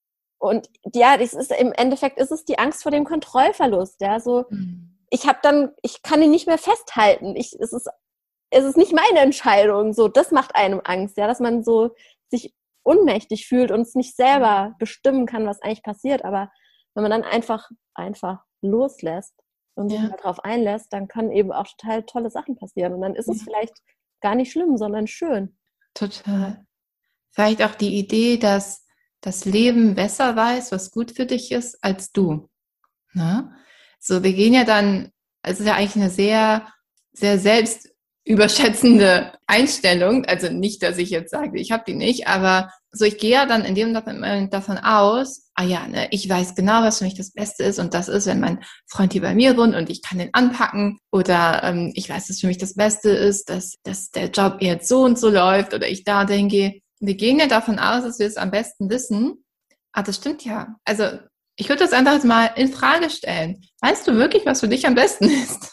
Und ja, das ist im Endeffekt ist es die Angst vor dem Kontrollverlust, ja, so. Ich habe dann, ich kann ihn nicht mehr festhalten. Ich, es ist, es ist nicht meine Entscheidung. So, das macht einem Angst, ja, dass man so sich ohnmächtig fühlt und es nicht selber bestimmen kann, was eigentlich passiert. Aber wenn man dann einfach, einfach loslässt und sich Ja. darauf einlässt, dann können eben auch total tolle Sachen passieren. Und dann ist es vielleicht gar nicht schlimm, sondern schön. Total. Vielleicht auch die Idee, dass das Leben besser weiß, was gut für dich ist, als du. Na? So, wir gehen ja dann, es ist ja eigentlich eine sehr, sehr selbstüberschätzende Einstellung. Also nicht, dass ich jetzt sage, ich habe die nicht, aber so, ich gehe ja dann in dem Moment davon aus, ah ja, ne, ich weiß genau, was für mich das Beste ist und das ist, wenn mein Freund hier bei mir wohnt und ich kann den anpacken oder ähm, ich weiß, dass für mich das Beste ist, dass, dass der Job jetzt so und so läuft oder ich da denke, wir gehen ja davon aus, dass wir es am besten wissen. Ah, das stimmt ja. Also ich würde das einfach jetzt mal in Frage stellen. Weißt du wirklich, was für dich am besten ist?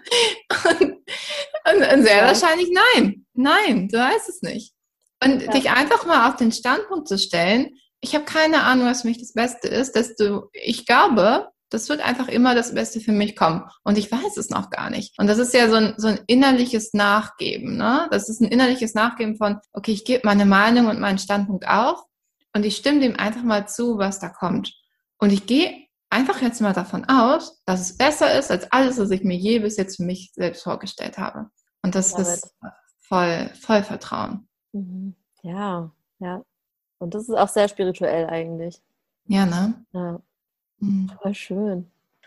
Und, und, und sehr Ja. wahrscheinlich nein. Nein, du weißt es nicht. Und Ja. dich einfach mal auf den Standpunkt zu stellen, ich habe keine Ahnung, was für mich das Beste ist, dass du, ich glaube, das wird einfach immer das Beste für mich kommen. Und ich weiß es noch gar nicht. Und das ist ja so ein, so ein innerliches Nachgeben, ne? Das ist ein innerliches Nachgeben von, okay, ich gebe meine Meinung und meinen Standpunkt auf und ich stimme dem einfach mal zu, was da kommt. Und ich gehe einfach jetzt mal davon aus, dass es besser ist als alles, was ich mir je bis jetzt für mich selbst vorgestellt habe. Und das ist voll, voll Vertrauen. Mhm. Ja, ja. Und das ist auch sehr spirituell eigentlich. Ja, ne? Ja, Mhm. voll schön.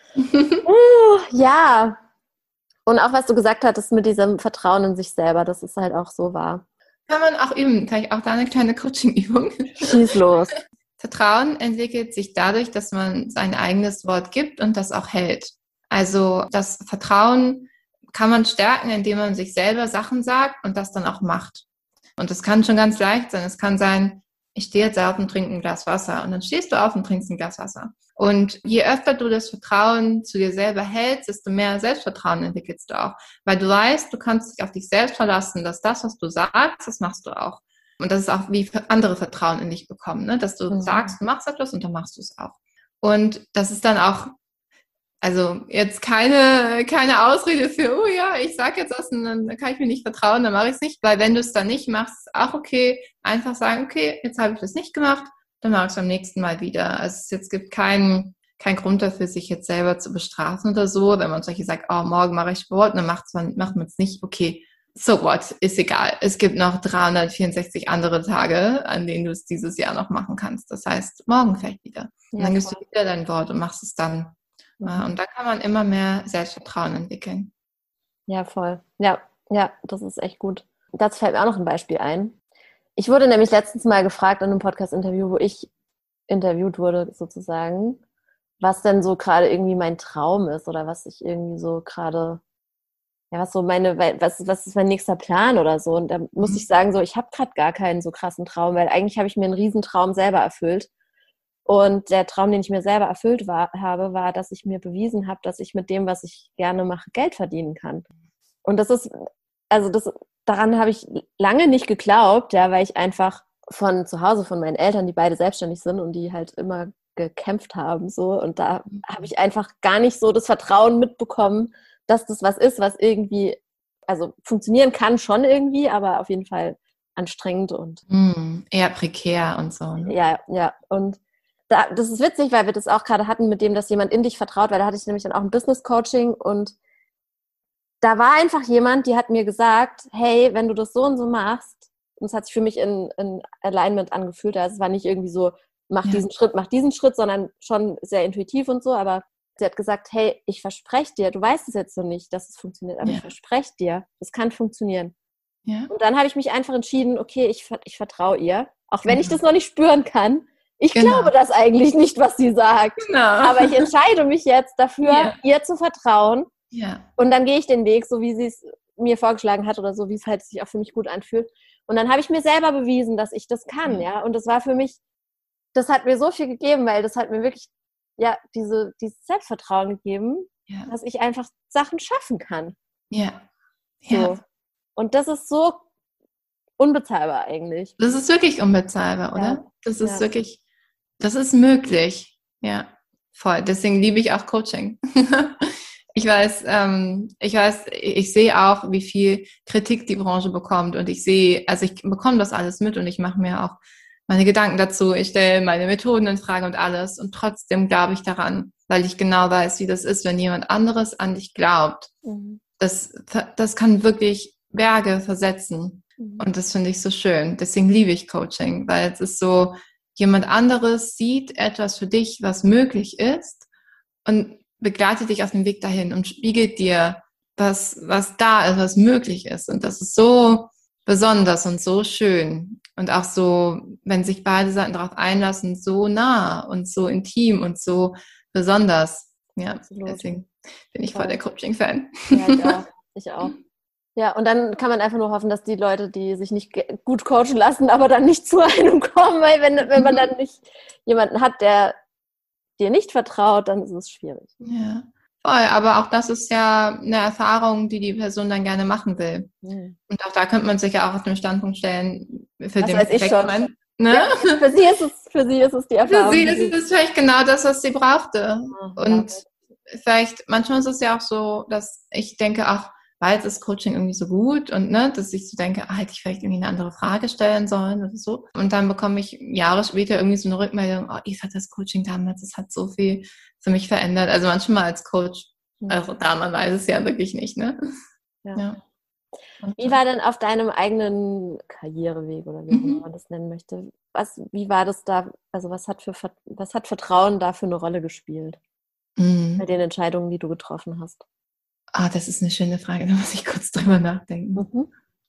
uh, ja. Und auch was du gesagt hattest mit diesem Vertrauen in sich selber, das ist halt auch so wahr. Kann man auch üben, vielleicht auch da eine kleine Coaching-Übung. Schieß los. Vertrauen entwickelt sich dadurch, dass man sein eigenes Wort gibt und das auch hält. Also das Vertrauen kann man stärken, indem man sich selber Sachen sagt und das dann auch macht. Und das kann schon ganz leicht sein. Es kann sein, ich stehe jetzt auf und trinke ein Glas Wasser und dann stehst du auf und trinkst ein Glas Wasser. Und je öfter du das Vertrauen zu dir selber hältst, desto mehr Selbstvertrauen entwickelst du auch. Weil du weißt, du kannst dich auf dich selbst verlassen, dass das, was du sagst, das machst du auch. Und das ist auch, wie andere Vertrauen in dich bekommen, ne? Dass du Mhm. sagst, du machst etwas und dann machst du es auch. Und das ist dann auch, also jetzt keine, keine Ausrede für, oh ja, ich sag jetzt was und dann kann ich mir nicht vertrauen, dann mache ich es nicht. Weil wenn du es dann nicht machst, ist auch okay. Einfach sagen, okay, jetzt habe ich das nicht gemacht, dann mache ich es beim nächsten Mal wieder. Also es jetzt gibt keinen keinen Grund dafür, sich jetzt selber zu bestrafen oder so. Wenn man solche sagt, oh, morgen mache ich Sport, und dann macht man macht man es nicht, okay, so what, ist egal. Es gibt noch dreihundertvierundsechzig andere Tage, an denen du es dieses Jahr noch machen kannst. Das heißt, morgen vielleicht wieder. Und Ja, dann gibst voll. du wieder dein Wort und machst es dann. Mhm. Und da kann man immer mehr Selbstvertrauen entwickeln. Ja, voll. Ja, ja, das ist echt gut. Dazu fällt mir auch noch ein Beispiel ein. Ich wurde nämlich letztens mal gefragt in einem Podcast-Interview, wo ich interviewt wurde sozusagen, was denn so gerade irgendwie mein Traum ist oder was ich irgendwie so gerade ja, was so meine, was, was ist mein nächster Plan oder so. Und da muss Mhm. ich sagen, so, ich habe gerade gar keinen so krassen Traum, weil eigentlich habe ich mir einen Riesentraum selber erfüllt. Und der Traum, den ich mir selber erfüllt war, habe, war, dass ich mir bewiesen habe, dass ich mit dem, was ich gerne mache, Geld verdienen kann. Und das ist, also das, daran habe ich lange nicht geglaubt, ja, weil ich einfach von zu Hause, von meinen Eltern, die beide selbstständig sind und die halt immer gekämpft haben, so. Und da habe ich einfach gar nicht so das Vertrauen mitbekommen, dass das was ist, was irgendwie, also funktionieren kann schon irgendwie, aber auf jeden Fall anstrengend und Mhm. Eher prekär und so. Ne? ja, ja. Und da, das ist witzig, weil wir das auch gerade hatten mit dem, dass jemand in dich vertraut, weil da hatte ich nämlich dann auch ein Business-Coaching und da war einfach jemand, die hat mir gesagt, hey, wenn du das so und so machst, und es hat sich für mich in, in Alignment angefühlt, also es war nicht irgendwie so, mach Ja. diesen Schritt, mach diesen Schritt, sondern schon sehr intuitiv und so, aber sie hat gesagt, hey, ich verspreche dir, du weißt es jetzt noch nicht, dass es funktioniert, aber Ja. ich verspreche dir, es kann funktionieren. Ja. Und dann habe ich mich einfach entschieden, okay, ich, ich vertraue ihr, auch wenn ich Genau. das noch nicht spüren kann. Ich Genau. glaube das eigentlich nicht, was sie sagt. Genau. Aber ich entscheide mich jetzt dafür, Ja. ihr zu vertrauen. Ja. Und dann gehe ich den Weg, so wie sie es mir vorgeschlagen hat oder so, wie es halt sich auch für mich gut anfühlt. Und dann habe ich mir selber bewiesen, dass ich das kann, ja. Und das war für mich, das hat mir so viel gegeben, weil das hat mir wirklich, ja, diese, dieses Selbstvertrauen gegeben, Ja. dass ich einfach Sachen schaffen kann. Ja. So. Ja. Und das ist so unbezahlbar eigentlich. Das ist wirklich unbezahlbar, oder? Ja. Das ist Ja. wirklich, das ist möglich. Ja, voll. Deswegen liebe ich auch Coaching. Ich weiß, ähm, ich weiß, ich sehe auch, wie viel Kritik die Branche bekommt und ich sehe, also ich bekomme das alles mit und ich mache mir auch meine Gedanken dazu. Ich stelle meine Methoden in Frage und alles und trotzdem glaube ich daran, weil ich genau weiß, wie das ist, wenn jemand anderes an dich glaubt. Mhm. Das, das kann wirklich Berge versetzen. Und das finde ich so schön. Deswegen liebe ich Coaching, weil es ist so, jemand anderes sieht etwas für dich, was möglich ist und begleitet dich auf dem Weg dahin und spiegelt dir, was, was da ist, was möglich ist. Und das ist so besonders und so schön. Und auch so, wenn sich beide Seiten darauf einlassen, so nah und so intim und so besonders. Ja, Absolut. deswegen bin ich voll der Coaching-Fan. Ja, ich auch. Ich auch. Ja, und dann kann man einfach nur hoffen, dass die Leute, die sich nicht ge- gut coachen lassen, aber dann nicht zu einem kommen, weil wenn, wenn man dann nicht jemanden hat, der dir nicht vertraut, dann ist es schwierig. Ja, voll. Aber auch das ist ja eine Erfahrung, die die Person dann gerne machen will. Mhm. Und auch da könnte man sich ja auch auf den Standpunkt stellen, für Das den weiß ich schon. Moment, ne? Ja, für sie ist es, für sie ist es die Erfahrung. Für sie ist es vielleicht genau das, was sie brauchte. Mhm. Und vielleicht, manchmal ist es ja auch so, dass ich denke, ach, weil jetzt ist Coaching irgendwie so gut und ne, dass ich so denke, ah, hätte ich vielleicht irgendwie eine andere Frage stellen sollen oder so. Und dann bekomme ich Jahre später irgendwie so eine Rückmeldung, oh, Eva, das Coaching damals, das hat so viel für mich verändert. Also manchmal als Coach, also da, man weiß es ja wirklich nicht, ne? Ja. Ja. Wie war denn auf deinem eigenen Karriereweg oder wie Mhm. man das nennen möchte? Was, wie war das da, also was hat für was hat Vertrauen da für eine Rolle gespielt Mhm. bei den Entscheidungen, die du getroffen hast? Ah, das ist eine schöne Frage, da muss ich kurz drüber nachdenken. Mhm.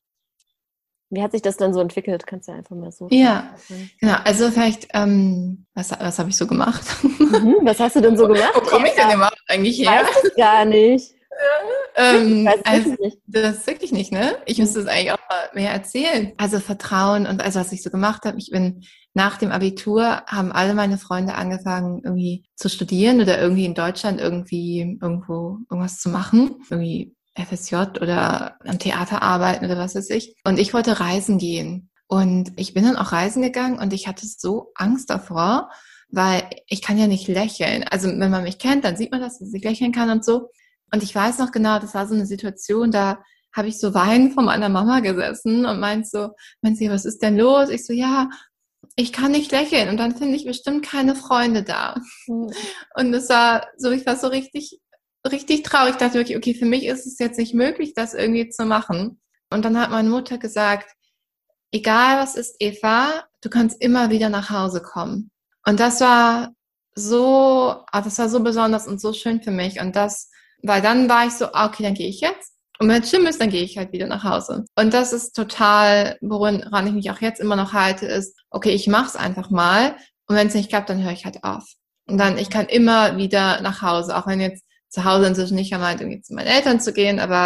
Wie hat sich das dann so entwickelt? Kannst du ja einfach mal so Ja, sagen. genau. Also vielleicht, ähm, was, was habe ich so gemacht? Mhm. Was hast du denn so gemacht? Wo komme ich denn überhaupt eigentlich Ich her? weiß es gar nicht. Ähm, Ich weiß es also, wirklich nicht. das ist wirklich nicht, ne? Ich müsste es eigentlich auch mal mehr erzählen. Also Vertrauen und also was ich so gemacht habe. Ich bin nach dem Abitur, haben alle meine Freunde angefangen, irgendwie zu studieren oder irgendwie in Deutschland irgendwie irgendwo irgendwas zu machen. Irgendwie F S J oder am Theater arbeiten oder was weiß ich. Und ich wollte reisen gehen. Und ich bin dann auch reisen gegangen und ich hatte so Angst davor, weil ich kann ja nicht lächeln. Also wenn man mich kennt, dann sieht man, dass ich lächeln kann und so. Und ich weiß noch genau, das war so eine Situation, da habe ich so weinend vor meiner Mama gesessen und meint so, meint sie, was ist denn los? Ich so, ja, ich kann nicht lächeln und dann finde ich bestimmt keine Freunde da. Mhm. Und es war so, ich war so richtig, richtig traurig. Ich dachte wirklich, okay, für mich ist es jetzt nicht möglich, das irgendwie zu machen. Und dann hat meine Mutter gesagt, egal was ist, Eva, du kannst immer wieder nach Hause kommen. Und das war so, ah, das war so besonders und so schön für mich. Und das, weil dann war ich so, ah, okay, dann gehe ich jetzt. Und wenn es schlimm ist, dann gehe ich halt wieder nach Hause. Und das ist total, woran ich mich auch jetzt immer noch halte, ist, okay, ich mache es einfach mal. Und wenn es nicht klappt, dann höre ich halt auf. Und dann, ich kann immer wieder nach Hause, auch wenn jetzt zu Hause inzwischen nicht meint, irgendwie zu meinen Eltern zu gehen, aber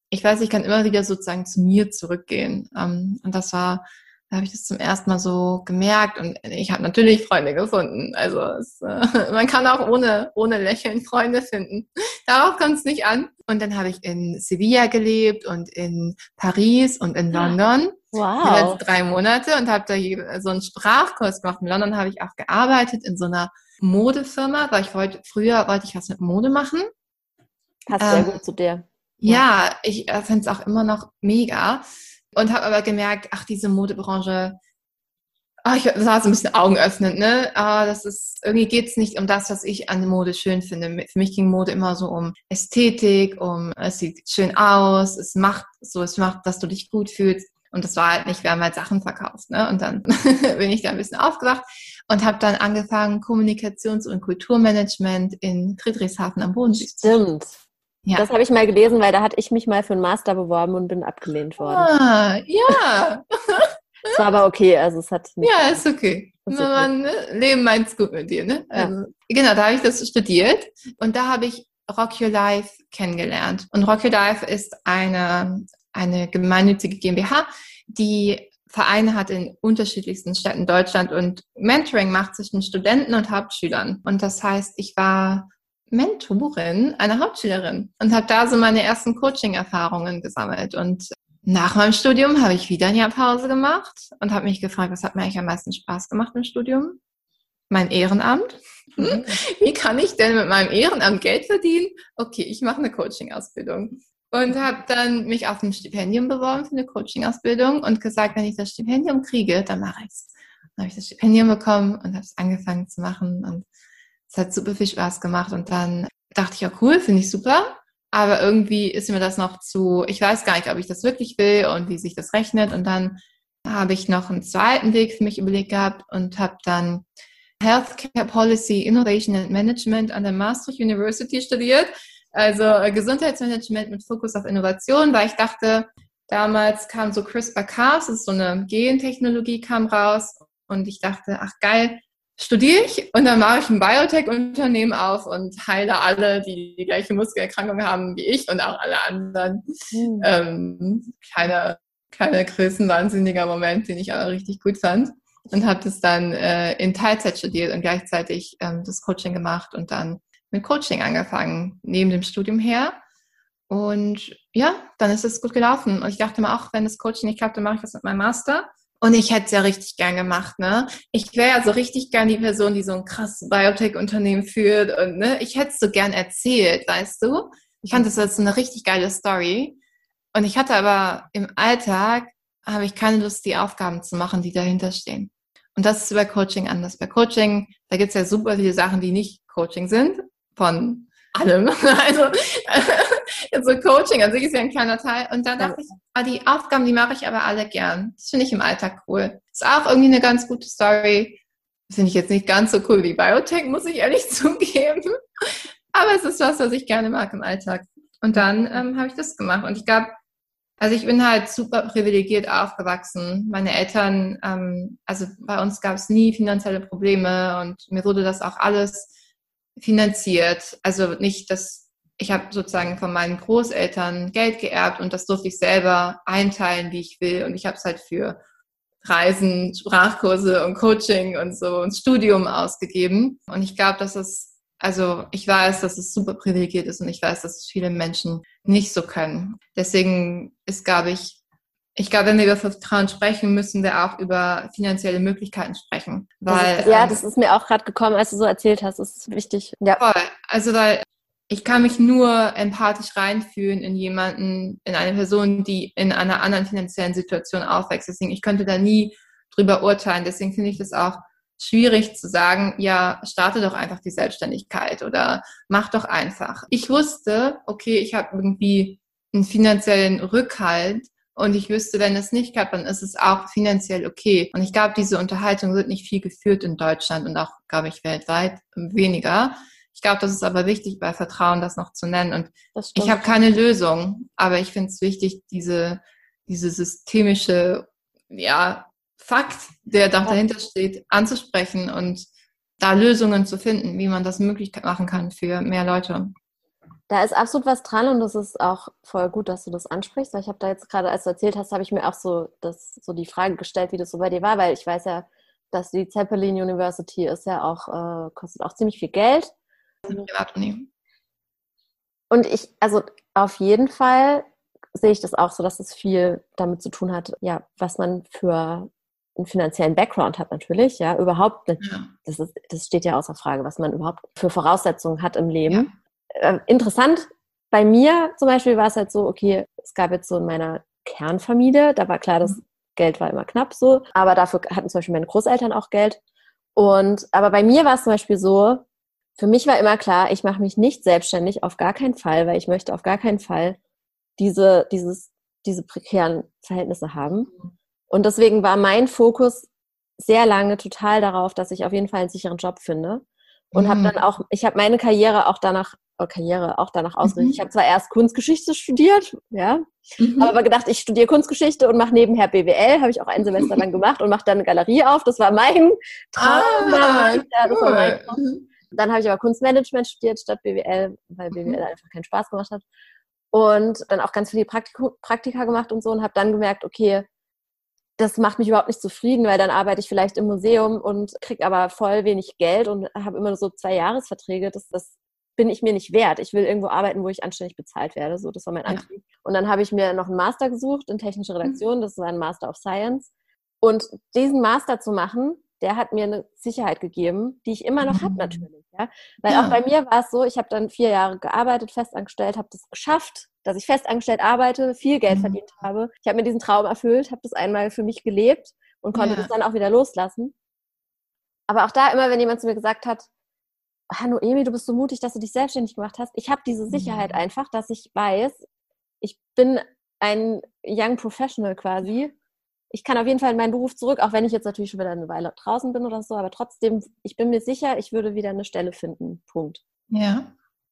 ich weiß, ich kann immer wieder sozusagen zu mir zurückgehen. Ähm, und das war, da habe ich das zum ersten Mal so gemerkt. Und ich habe natürlich Freunde gefunden. Also es, äh, man kann auch ohne, ohne Lächeln Freunde finden. Darauf kommt es nicht an. Und dann habe ich in Sevilla gelebt und in Paris und in London. Wow. Jeweils drei Monate und habe da so einen Sprachkurs gemacht. In London habe ich auch gearbeitet in so einer Modefirma, weil ich wollte, früher wollte ich was mit Mode machen. Passt sehr ähm, gut zu dir. Ja, ja ich äh, finde es auch immer noch mega. Und habe aber gemerkt, ach, diese Modebranche, oh, ich, das war so ein bisschen augenöffnend, ne? Ah, das ist, irgendwie geht's nicht um das, was ich an Mode schön finde. Für mich ging Mode immer so um Ästhetik, um, es sieht schön aus, es macht so, es macht, dass du dich gut fühlst. Und das war halt nicht, wir haben halt Sachen verkauft, ne? Und dann bin ich da ein bisschen aufgewacht und habe dann angefangen, Kommunikations- und Kulturmanagement in Friedrichshafen am Bodensee zu studieren. Stimmt. Ja. Das habe ich mal gelesen, weil da hatte ich mich mal für einen Master beworben und bin abgelehnt worden. Ah, ja. Es war aber okay, also es hat nicht. Ja, ist okay. Ist okay. Man, ne? Leben meint's gut mit dir, ne? Ja. Also, genau, da habe ich das studiert und da habe ich Rock Your Life kennengelernt. Und Rock Your Life ist eine, eine gemeinnützige GmbH, die Vereine hat in unterschiedlichsten Städten Deutschland und Mentoring macht zwischen Studenten und Hauptschülern. Und das heißt, ich war Mentorin einer Hauptschülerin und habe da so meine ersten Coaching-Erfahrungen gesammelt. Und nach meinem Studium habe ich wieder ein Jahr Pause gemacht und habe mich gefragt, was hat mir eigentlich am meisten Spaß gemacht im Studium? Mein Ehrenamt. Hm? Wie kann ich denn mit meinem Ehrenamt Geld verdienen? Okay, ich mache eine Coaching-Ausbildung. Und habe dann mich auf ein Stipendium beworben für eine Coaching-Ausbildung und gesagt, wenn ich das Stipendium kriege, dann mache ich es. Dann habe ich das Stipendium bekommen und habe es angefangen zu machen und es hat super viel Spaß gemacht. Und dann dachte ich, ja cool, finde ich super. Aber irgendwie ist mir das noch zu, ich weiß gar nicht, ob ich das wirklich will und wie sich das rechnet. Und dann habe ich noch einen zweiten Weg für mich überlegt gehabt und habe dann Healthcare Policy, Innovation and Management an der Maastricht University studiert. Also Gesundheitsmanagement mit Fokus auf Innovation, weil ich dachte, damals kam so CRISPR-Cas, das ist so eine Gentechnologie, kam raus. Und ich dachte, ach geil, studiere ich und dann mache ich ein Biotech-Unternehmen auf und heile alle, die die gleiche Muskelerkrankung haben wie ich und auch alle anderen. Mhm. Ähm, keine, keine größenwahnsinniger Moment, den ich aber richtig gut fand. Und habe das dann äh, in Teilzeit studiert und gleichzeitig ähm, das Coaching gemacht und dann mit Coaching angefangen, neben dem Studium her. Und ja, dann ist es gut gelaufen. Und ich dachte mir auch, wenn das Coaching nicht klappt, dann mache ich das mit meinem Master. Und ich hätte es ja richtig gern gemacht, ne? Ich wäre ja so richtig gern die Person, die so ein krasses Biotech-Unternehmen führt und ne, ich hätte es so gern erzählt, weißt du? Ich fand das als so eine richtig geile Story. Und ich hatte aber im Alltag, habe ich keine Lust, die Aufgaben zu machen, die dahinter stehen. Und das ist bei Coaching anders. Bei Coaching, da gibt es ja super viele Sachen, die nicht Coaching sind, von allem. Also so Coaching an sich ist ja ein kleiner Teil. Und dann dachte ich, ah, die Aufgaben, die mache ich aber alle gern. Das finde ich im Alltag cool. Ist auch irgendwie eine ganz gute Story. Finde ich jetzt nicht ganz so cool wie Biotech, muss ich ehrlich zugeben. Aber es ist was, was ich gerne mag im Alltag. Und dann ähm, habe ich das gemacht. Und ich glaube, also ich bin halt super privilegiert aufgewachsen. Meine Eltern, ähm, also bei uns gab es nie finanzielle Probleme und mir wurde das auch alles finanziert. Also nicht, dass ich habe sozusagen von meinen Großeltern Geld geerbt und das durfte ich selber einteilen, wie ich will. Und ich habe es halt für Reisen, Sprachkurse und Coaching und so und Studium ausgegeben. Und ich glaube, dass es, also ich weiß, dass es super privilegiert ist und ich weiß, dass es viele Menschen nicht so können. Deswegen ist, glaube ich, ich glaube, wenn wir über Vertrauen sprechen, müssen wir auch über finanzielle Möglichkeiten sprechen. Weil, das ist, ja, ähm, das ist mir auch gerade gekommen, als du so erzählt hast. Das ist wichtig. Ja. Voll. Also weil ich kann mich nur empathisch reinfühlen in jemanden, in eine Person, die in einer anderen finanziellen Situation aufwächst. Deswegen, ich könnte da nie drüber urteilen. Deswegen finde ich das auch schwierig zu sagen, ja, starte doch einfach die Selbstständigkeit oder mach doch einfach. Ich wusste, okay, ich habe irgendwie einen finanziellen Rückhalt und ich wüsste, wenn es nicht klappt, dann ist es auch finanziell okay. Und ich glaube, diese Unterhaltung wird nicht viel geführt in Deutschland und auch, glaube ich, weltweit weniger. Ich glaube, das ist aber wichtig, bei Vertrauen das noch zu nennen. Und ich habe keine Lösung, aber ich finde es wichtig, diese, diese systemische, ja, Fakt, der dahinter steht, anzusprechen und da Lösungen zu finden, wie man das möglich machen kann für mehr Leute. Da ist absolut was dran und das ist auch voll gut, dass du das ansprichst, weil ich habe da jetzt gerade, als du erzählt hast, habe ich mir auch so, das, so die Frage gestellt, wie das so bei dir war, weil ich weiß ja, dass die Zeppelin University ist ja auch, äh, kostet auch ziemlich viel Geld. Privatuni. Und ich, also auf jeden Fall sehe ich das auch so, dass es viel damit zu tun hat, ja, was man für einen finanziellen Background hat natürlich, ja, überhaupt, nicht, Ja. das ist, das steht ja außer Frage, was man überhaupt für Voraussetzungen hat im Leben. Ja. Äh, interessant, bei mir zum Beispiel war es halt so, okay, es gab jetzt so in meiner Kernfamilie, da war klar, das Geld war immer knapp so, aber dafür hatten zum Beispiel meine Großeltern auch Geld. Und, aber bei mir war es zum Beispiel so, für mich war immer klar, ich mache mich nicht selbstständig, auf gar keinen Fall, weil ich möchte auf gar keinen Fall diese, dieses, diese prekären Verhältnisse haben. Und deswegen war mein Fokus sehr lange total darauf, dass ich auf jeden Fall einen sicheren Job finde. Und Mhm. habe dann auch, ich habe meine Karriere auch danach, oh, Karriere auch danach ausgerichtet. Mhm. Ich habe zwar erst Kunstgeschichte studiert, ja, Mhm. habe aber gedacht, ich studiere Kunstgeschichte und mache nebenher B W L, habe ich auch ein Semester lang gemacht und mache dann eine Galerie auf. Das war mein Traum. Ah, ja, das war mein cool. Traum. Mhm. Dann habe ich aber Kunstmanagement studiert statt B W L, weil B W L Mhm. einfach keinen Spaß gemacht hat. Und dann auch ganz viele Praktika, Praktika gemacht und so und habe dann gemerkt, okay, das macht mich überhaupt nicht zufrieden, weil dann arbeite ich vielleicht im Museum und kriege aber voll wenig Geld und habe immer so zwei Jahresverträge. Das, das bin ich mir nicht wert. Ich will irgendwo arbeiten, wo ich anständig bezahlt werde. So, das war mein Ja. Antrieb. Und dann habe ich mir noch einen Master gesucht in technische Redaktion. Das war ein Master of Science. Und diesen Master zu machen, der hat mir eine Sicherheit gegeben, die ich immer noch habe natürlich. Ja? Weil Ja. auch bei mir war es so, ich habe dann vier Jahre gearbeitet, festangestellt, habe das geschafft, dass ich festangestellt arbeite, viel Geld Mhm. verdient habe. Ich habe mir diesen Traum erfüllt, habe das einmal für mich gelebt und konnte Ja. das dann auch wieder loslassen. Aber auch da immer, wenn jemand zu mir gesagt hat, ah, Noemi, du bist so mutig, dass du dich selbstständig gemacht hast. Ich habe diese Sicherheit Mhm. einfach, dass ich weiß, ich bin ein Young Professional quasi. Ich kann auf jeden Fall in meinen Beruf zurück, auch wenn ich jetzt natürlich schon wieder eine Weile draußen bin oder so, aber trotzdem, ich bin mir sicher, ich würde wieder eine Stelle finden. Punkt. Ja.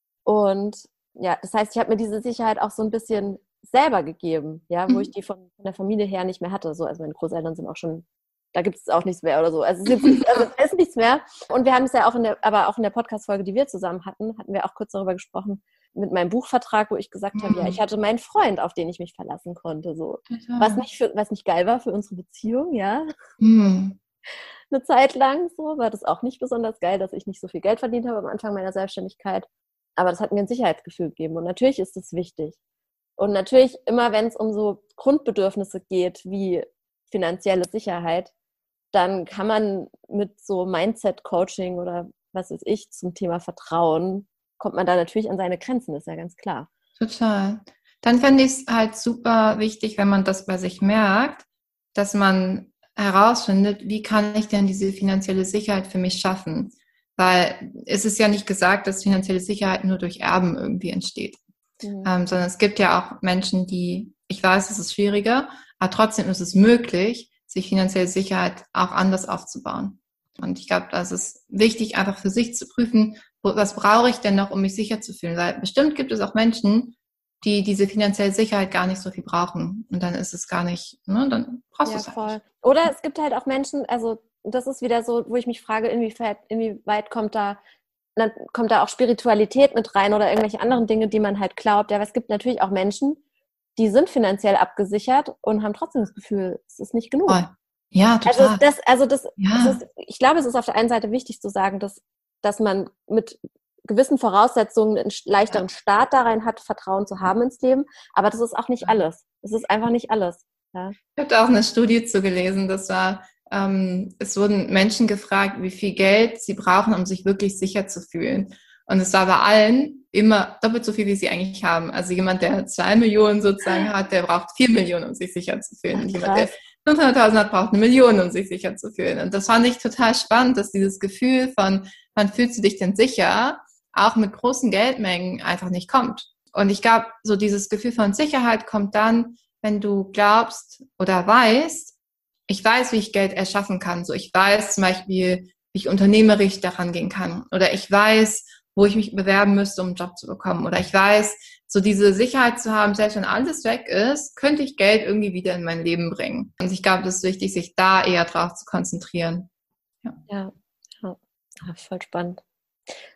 Und ja, das heißt, ich habe mir diese Sicherheit auch so ein bisschen selber gegeben, ja, wo Mhm. ich die von, von der Familie her nicht mehr hatte. So, also meine Großeltern sind auch schon, da gibt es auch nichts mehr oder so. Also es ist jetzt nichts, also es ist nichts mehr. Und wir haben es ja auch in der, aber auch in der Podcast-Folge, die wir zusammen hatten, hatten wir auch kurz darüber gesprochen, mit meinem Buchvertrag, wo ich gesagt habe, ja, ich hatte meinen Freund, auf den ich mich verlassen konnte, so. Total. Was nicht für, was nicht geil war für unsere Beziehung, ja. Mhm. Eine Zeit lang so, war das auch nicht besonders geil, dass ich nicht so viel Geld verdient habe am Anfang meiner Selbstständigkeit. Aber das hat mir ein Sicherheitsgefühl gegeben. Und natürlich ist das wichtig. Und natürlich, immer wenn es um so Grundbedürfnisse geht, wie finanzielle Sicherheit, dann kann man mit so Mindset-Coaching oder was weiß ich zum Thema Vertrauen, kommt man da natürlich an seine Grenzen, ist ja ganz klar. Total. Dann fände ich es halt super wichtig, wenn man das bei sich merkt, dass man herausfindet, wie kann ich denn diese finanzielle Sicherheit für mich schaffen? Weil es ist ja nicht gesagt, dass finanzielle Sicherheit nur durch Erben irgendwie entsteht. Mhm. Ähm, sondern es gibt ja auch Menschen, die, ich weiß, es ist schwieriger, aber trotzdem ist es möglich, sich finanzielle Sicherheit auch anders aufzubauen. Und ich glaube, das ist wichtig, einfach für sich zu prüfen, wo, was brauche ich denn noch, um mich sicher zu fühlen? Weil bestimmt gibt es auch Menschen, die diese finanzielle Sicherheit gar nicht so viel brauchen. Und dann ist es gar nicht, ne, dann brauchst Ja, du es halt voll. nicht. Oder es gibt halt auch Menschen, also das ist wieder so, wo ich mich frage, inwieweit, inwieweit kommt da, dann kommt da auch Spiritualität mit rein oder irgendwelche anderen Dinge, die man halt glaubt. Ja, aber es gibt natürlich auch Menschen, die sind finanziell abgesichert und haben trotzdem das Gefühl, es ist nicht genug. Voll. Ja, total. Also das, also das, Ja. es ist, ich glaube, es ist auf der einen Seite wichtig zu sagen, dass, dass man mit gewissen Voraussetzungen einen leichteren Start da rein hat, Vertrauen zu haben ins Leben. Aber das ist auch nicht alles. Es ist einfach nicht alles. Ja. Ich habe da auch eine Studie zu gelesen, das war, ähm, es wurden Menschen gefragt, wie viel Geld sie brauchen, um sich wirklich sicher zu fühlen. Und es war bei allen immer doppelt so viel, wie sie eigentlich haben. Also jemand, der zwei Millionen sozusagen hat, der braucht vier Millionen, um sich sicher zu fühlen. Und jemand, der fünfhunderttausend hat, braucht eine Million, um sich sicher zu fühlen. Und das fand ich total spannend, dass dieses Gefühl von, wann fühlst du dich denn sicher, auch mit großen Geldmengen einfach nicht kommt. Und ich glaube, so dieses Gefühl von Sicherheit kommt dann, wenn du glaubst oder weißt, ich weiß, wie ich Geld erschaffen kann. So, ich weiß zum Beispiel, wie ich unternehmerisch daran gehen kann. Oder ich weiß, wo ich mich bewerben müsste, um einen Job zu bekommen. Oder ich weiß, so diese Sicherheit zu haben, selbst wenn alles weg ist, könnte ich Geld irgendwie wieder in mein Leben bringen. Und ich glaube, das ist wichtig, sich da eher drauf zu konzentrieren. Ja, ja. ja voll spannend.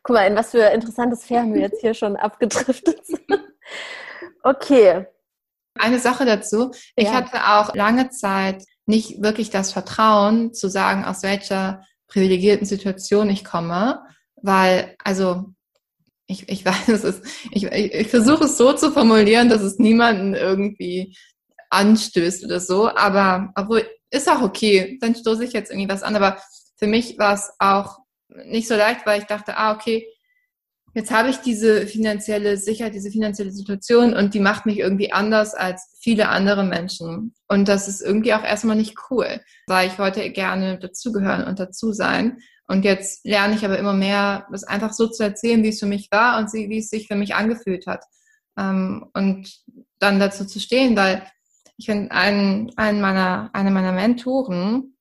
Guck mal, in was für interessante Sphären wir jetzt hier schon abgedriftet sind. Okay. Eine Sache dazu. Ich Ja. hatte auch lange Zeit nicht wirklich das Vertrauen zu sagen, aus welcher privilegierten Situation ich komme, weil, also ich, ich weiß, es ist, ich, ich, ich versuche es so zu formulieren, dass es niemanden irgendwie anstößt oder so, aber obwohl, ist auch okay, dann stoße ich jetzt irgendwie was an, aber für mich war es auch nicht so leicht, weil ich dachte, ah, okay, jetzt habe ich diese finanzielle Sicherheit, diese finanzielle Situation und die macht mich irgendwie anders als viele andere Menschen. Und das ist irgendwie auch erstmal nicht cool, weil ich wollte gerne dazugehören und dazu sein. Und jetzt lerne ich aber immer mehr, das einfach so zu erzählen, wie es für mich war und wie es sich für mich angefühlt hat. Und dann dazu zu stehen, weil ich finde, einen, einen meiner, eine meiner Mentoren,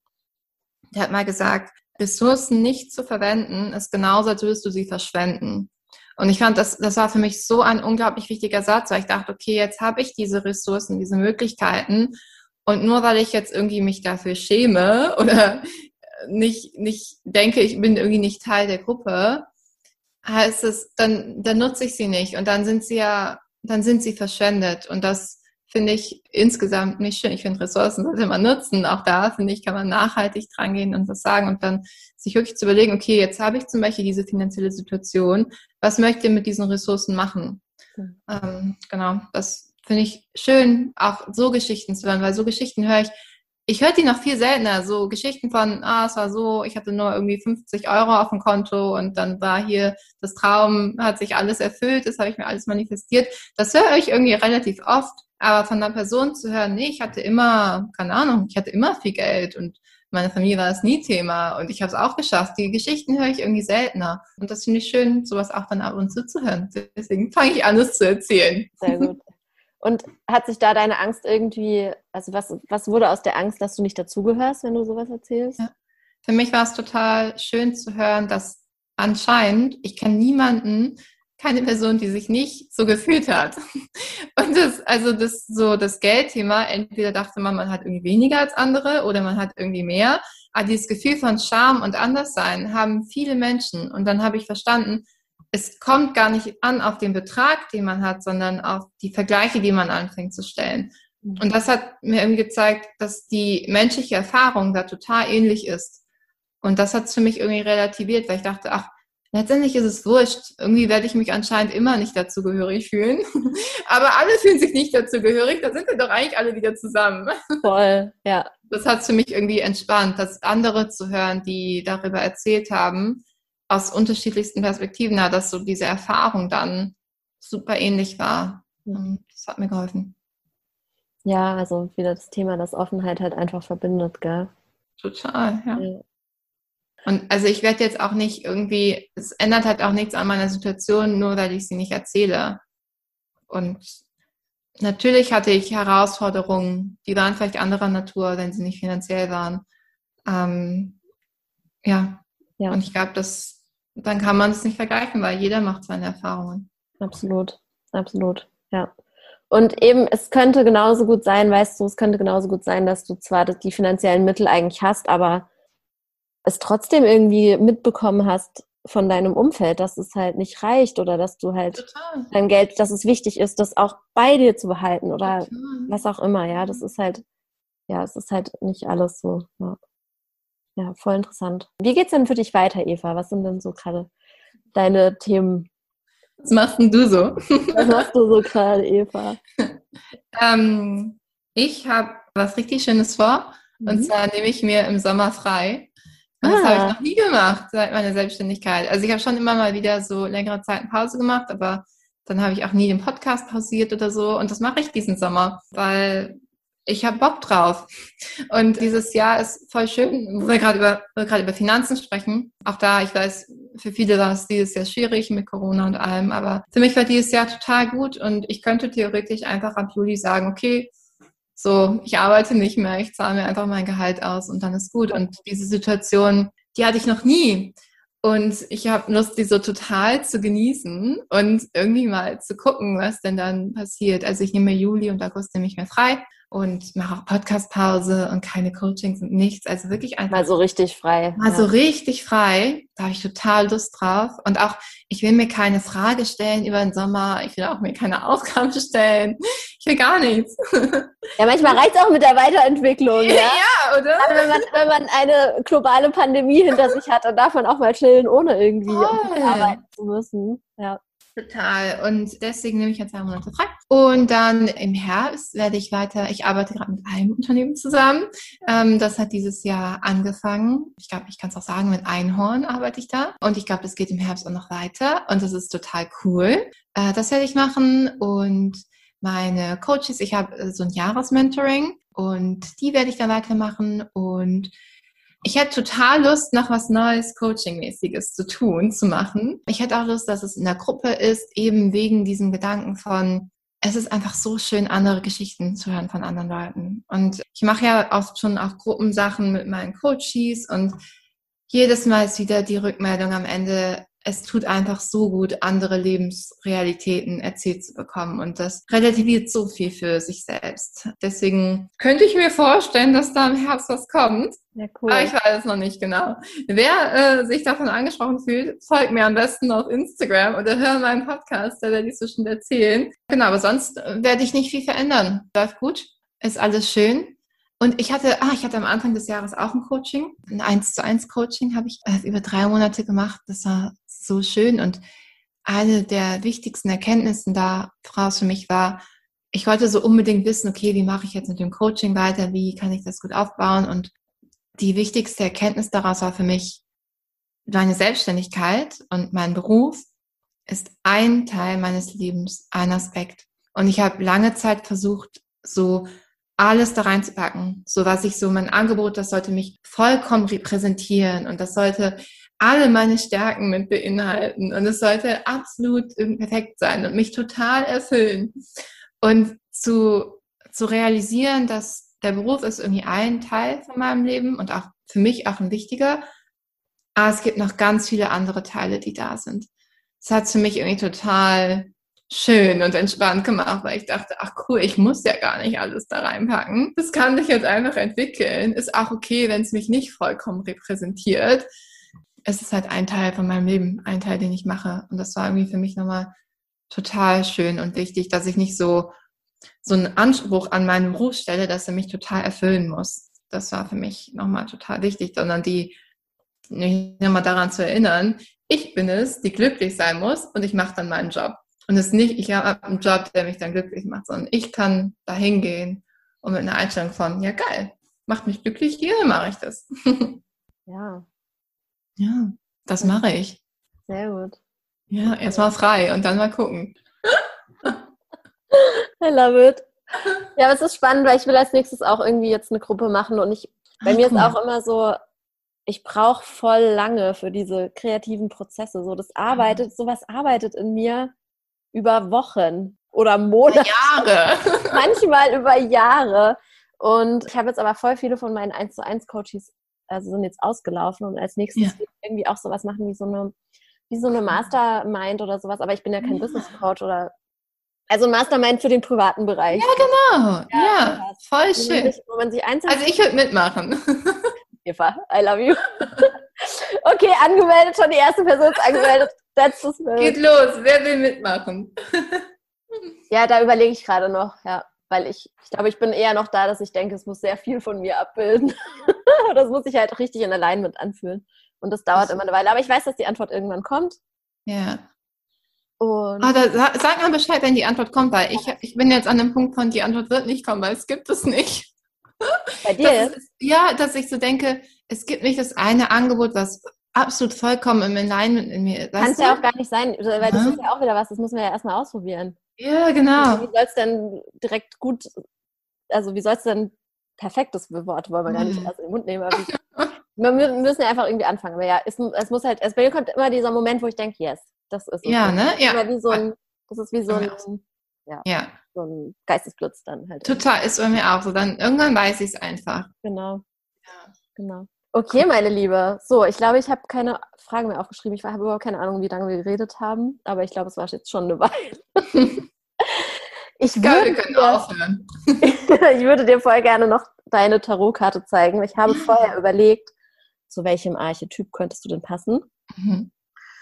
der hat mal gesagt, Ressourcen nicht zu verwenden, ist genauso, als würdest du sie verschwenden. Und ich fand, das, das war für mich so ein unglaublich wichtiger Satz, weil ich dachte, okay, jetzt habe ich diese Ressourcen, diese Möglichkeiten und nur weil ich jetzt irgendwie mich dafür schäme oder nicht, nicht denke, ich bin irgendwie nicht Teil der Gruppe, heißt es, dann, dann nutze ich sie nicht und dann sind sie ja, dann sind sie verschwendet und das finde ich insgesamt nicht schön. Ich finde, Ressourcen sollte man nutzen. Auch da, finde ich, kann man nachhaltig dran gehen und was sagen und dann sich wirklich zu überlegen, okay, jetzt habe ich zum Beispiel diese finanzielle Situation. Was möchte ich mit diesen Ressourcen machen? Mhm. Ähm, genau, das finde ich schön, auch so Geschichten zu hören, weil so Geschichten höre ich, ich höre die noch viel seltener, so Geschichten von, ah, es war so, ich hatte nur irgendwie fünfzig Euro auf dem Konto und dann war hier das Traum, hat sich alles erfüllt, das habe ich mir alles manifestiert. Das höre ich irgendwie relativ oft. Aber von einer Person zu hören, nee, ich hatte immer, keine Ahnung, ich hatte immer viel Geld und meine Familie war das nie Thema und ich habe es auch geschafft. Die Geschichten höre ich irgendwie seltener. Und das finde ich schön, sowas auch dann ab und zu zu hören. Deswegen fange ich an, es zu erzählen. Sehr gut. Und hat sich da deine Angst irgendwie, also was, was wurde aus der Angst, dass du nicht dazugehörst, wenn du sowas erzählst? Ja. Für mich war es total schön zu hören, dass anscheinend, ich kenne niemanden, keine Person, die sich nicht so gefühlt hat. Und das, also das, so das Geldthema, entweder dachte man, man hat irgendwie weniger als andere oder man hat irgendwie mehr. Aber dieses Gefühl von Scham und Anderssein haben viele Menschen. Und dann habe ich verstanden, es kommt gar nicht an auf den Betrag, den man hat, sondern auf die Vergleiche, die man anfängt zu stellen. Und das hat mir irgendwie gezeigt, dass die menschliche Erfahrung da total ähnlich ist. Und das hat es für mich irgendwie relativiert, weil ich dachte, ach, letztendlich ist es wurscht. Irgendwie werde ich mich anscheinend immer nicht dazugehörig fühlen. Aber alle fühlen sich nicht dazugehörig. Da sind wir doch eigentlich alle wieder zusammen. Voll, ja. Das hat es für mich irgendwie entspannt, das andere zu hören, die darüber erzählt haben, aus unterschiedlichsten Perspektiven, dass so diese Erfahrung dann super ähnlich war. Das hat mir geholfen. Ja, also wieder das Thema, das Offenheit halt einfach verbindet, gell? Total, ja. ja. Und also ich werde jetzt auch nicht irgendwie, es ändert halt auch nichts an meiner Situation, nur weil ich sie nicht erzähle. Und natürlich hatte ich Herausforderungen, die waren vielleicht anderer Natur, wenn sie nicht finanziell waren. Ähm, ja. ja, und ich glaube, dass dann kann man es nicht vergleichen, weil jeder macht seine Erfahrungen. Absolut, absolut, ja. Und eben, es könnte genauso gut sein, weißt du, es könnte genauso gut sein, dass du zwar die finanziellen Mittel eigentlich hast, aber es trotzdem irgendwie mitbekommen hast von deinem Umfeld, dass es halt nicht reicht oder dass du halt Total. Dein Geld, dass es wichtig ist, das auch bei dir zu behalten oder Total. Was auch immer, ja, das ist halt, ja, es ist halt nicht alles so, ja. Ja, voll interessant. Wie geht's denn für dich weiter, Eva? Was sind denn so gerade deine Themen? Was machst denn du so? Was machst du so gerade, Eva? ähm, ich habe was richtig Schönes vor mhm. und zwar nehme ich mir im Sommer frei. Und das ah. habe ich noch nie gemacht seit meiner Selbstständigkeit. Also ich habe schon immer mal wieder so längere Zeit Pause gemacht, aber dann habe ich auch nie den Podcast pausiert oder so. Und das mache ich diesen Sommer, weil ich habe Bock drauf. Und dieses Jahr ist voll schön, wo wir gerade über, gerade über Finanzen sprechen. Auch da, ich weiß, für viele war es dieses Jahr schwierig mit Corona und allem, aber für mich war dieses Jahr total gut und ich könnte theoretisch einfach ab Juli sagen, okay, so, ich arbeite nicht mehr, ich zahle mir einfach mein Gehalt aus und dann ist gut. Und diese Situation, die hatte ich noch nie. Und ich habe Lust, die so total zu genießen und irgendwie mal zu gucken, was denn dann passiert. Also ich nehme Juli und August nehme ich mir frei und mache auch Podcast-Pause und keine Coachings und nichts. Also wirklich einfach Mal so richtig frei. mal ja. so richtig frei. Da habe ich total Lust drauf. Und auch, ich will mir keine Frage stellen über den Sommer. Ich will auch mir keine Aufgaben stellen. Ich will gar nichts. Ja, manchmal reicht es auch mit der Weiterentwicklung, ja? Ja, oder? Aber wenn man, wenn man eine globale Pandemie hinter sich hat, dann darf man auch mal chillen, ohne irgendwie Voll. arbeiten zu müssen. Ja. Total. Und deswegen nehme ich jetzt zwei Monate frei. Und dann im Herbst werde ich weiter, ich arbeite gerade mit einem Unternehmen zusammen. Ähm, das hat dieses Jahr angefangen. Ich glaube, ich kann es auch sagen, mit Einhorn arbeite ich da. Und ich glaube, das geht im Herbst auch noch weiter. Und das ist total cool. Äh, das werde ich machen. Und meine Coaches, ich habe äh, so ein Jahresmentoring und die werde ich dann weitermachen. Und ich hätte total Lust, noch was Neues, Coaching-mäßiges zu tun, zu machen. Ich hätte auch Lust, dass es in der Gruppe ist, eben wegen diesem Gedanken von, es ist einfach so schön, andere Geschichten zu hören von anderen Leuten. Und ich mache ja auch schon auch Gruppensachen mit meinen Coaches und jedes Mal ist wieder die Rückmeldung am Ende, es tut einfach so gut, andere Lebensrealitäten erzählt zu bekommen und das relativiert so viel für sich selbst. Deswegen könnte ich mir vorstellen, dass da im Herbst was kommt. Ja, cool. Aber ich weiß es noch nicht genau. Wer äh, sich davon angesprochen fühlt, folgt mir am besten auf Instagram oder hör meinen Podcast, da werde ich so schon erzählen. Genau, aber sonst werde ich nicht viel verändern. Läuft gut, ist alles schön. Und ich hatte, ah, ich hatte am Anfang des Jahres auch ein Coaching, ein eins zu eins Coaching habe ich äh, über drei Monate gemacht. Das war so schön und eine der wichtigsten Erkenntnisse daraus für mich war, ich wollte so unbedingt wissen, okay, wie mache ich jetzt mit dem Coaching weiter, wie kann ich das gut aufbauen? Und die wichtigste Erkenntnis daraus war für mich, meine Selbstständigkeit und mein Beruf ist ein Teil meines Lebens, ein Aspekt. Und ich habe lange Zeit versucht, so alles da reinzupacken, so was ich so, mein Angebot, das sollte mich vollkommen repräsentieren und das sollte alle meine Stärken mit beinhalten und es sollte absolut perfekt sein und mich total erfüllen. Und zu, zu realisieren, dass der Beruf ist irgendwie ein Teil von meinem Leben und auch für mich auch ein wichtiger, aber es gibt noch ganz viele andere Teile, die da sind. Das hat es für mich irgendwie total schön und entspannt gemacht, weil ich dachte, ach cool, ich muss ja gar nicht alles da reinpacken. Das kann sich jetzt einfach entwickeln. Ist auch okay, wenn es mich nicht vollkommen repräsentiert. Es ist halt ein Teil von meinem Leben, ein Teil, den ich mache. Und das war irgendwie für mich nochmal total schön und wichtig, dass ich nicht so, so einen Anspruch an meinen Beruf stelle, dass er mich total erfüllen muss. Das war für mich nochmal total wichtig, sondern die, mich nochmal daran zu erinnern, ich bin es, die glücklich sein muss und ich mache dann meinen Job. Und es ist nicht, ich habe einen Job, der mich dann glücklich macht, sondern ich kann da hingehen und mit einer Einstellung von, ja geil, macht mich glücklich, hier mache ich das. Ja. Ja, das mache ich. Sehr gut. Ja, erstmal frei und dann mal gucken. I love it. Ja, aber es ist spannend, weil ich will als nächstes auch irgendwie jetzt eine Gruppe machen und ich, bei ah, mir cool. ist auch immer so, ich brauche voll lange für diese kreativen Prozesse. So, das arbeitet, sowas arbeitet in mir über Wochen oder Monate. Jahre. Manchmal über Jahre. Und ich habe jetzt aber voll viele von meinen eins zu eins Coaches, also sind jetzt ausgelaufen und als nächstes Ja. will ich irgendwie auch sowas machen wie so eine, wie so eine Mastermind oder sowas, aber ich bin ja kein Ja. Business Coach oder, also ein Mastermind für den privaten Bereich. Ja, genau. Ja, Ja, voll Wo man schön. sich, wo man sich einzeln... Also ich würde mitmachen. Eva, I love you. Okay, angemeldet, schon die erste Person ist angemeldet. That's the spirit. Geht los, wer will mitmachen? Ja, da überlege ich gerade noch, ja. Weil ich, ich glaube, ich bin eher noch da, dass ich denke, es muss sehr viel von mir abbilden. Das muss sich halt richtig in Alignment anfühlen. Und das dauert immer eine Weile. Aber ich weiß, dass die Antwort irgendwann kommt. Ja. Und Ah, da, sa- sag mal Bescheid, wenn die Antwort kommt, weil ich, ich bin jetzt an dem Punkt von, die Antwort wird nicht kommen, weil es gibt es nicht. bei dir Das jetzt? ist, ja, dass ich so denke, es gibt nicht das eine Angebot, was absolut vollkommen im Alignment in mir ist. Kann es Weißt ja du? auch gar nicht sein, weil das Ja. ist ja auch wieder was, das müssen wir ja erstmal ausprobieren. Ja, genau. Wie soll es denn direkt gut, also wie soll es denn, perfektes Wort wollen wir gar nicht Mhm. erst in den Mund nehmen, aber wie, wir mü- müssen ja einfach irgendwie anfangen. Aber ja, es, es muss halt, es, bei mir kommt immer dieser Moment, wo ich denke, yes, das ist es. Ja, ne? Das ist Ja. immer wie so ein, das ist wie so Bei ein, mir auch so. ja, Ja, so ein Geistesblitz dann halt. total, ist bei mir auch so. Dann irgendwann weiß ich es einfach. Genau, Ja. genau. Okay, meine Liebe. So, ich glaube, ich habe keine Fragen mehr aufgeschrieben. Ich habe überhaupt keine Ahnung, wie lange wir geredet haben, aber ich glaube, es war jetzt schon eine Weile. Ich ja, würde wir können dir, aufhören. ich würde dir voll gerne noch deine Tarotkarte zeigen. Ich habe vorher überlegt, zu welchem Archetyp könntest du denn passen? Mhm.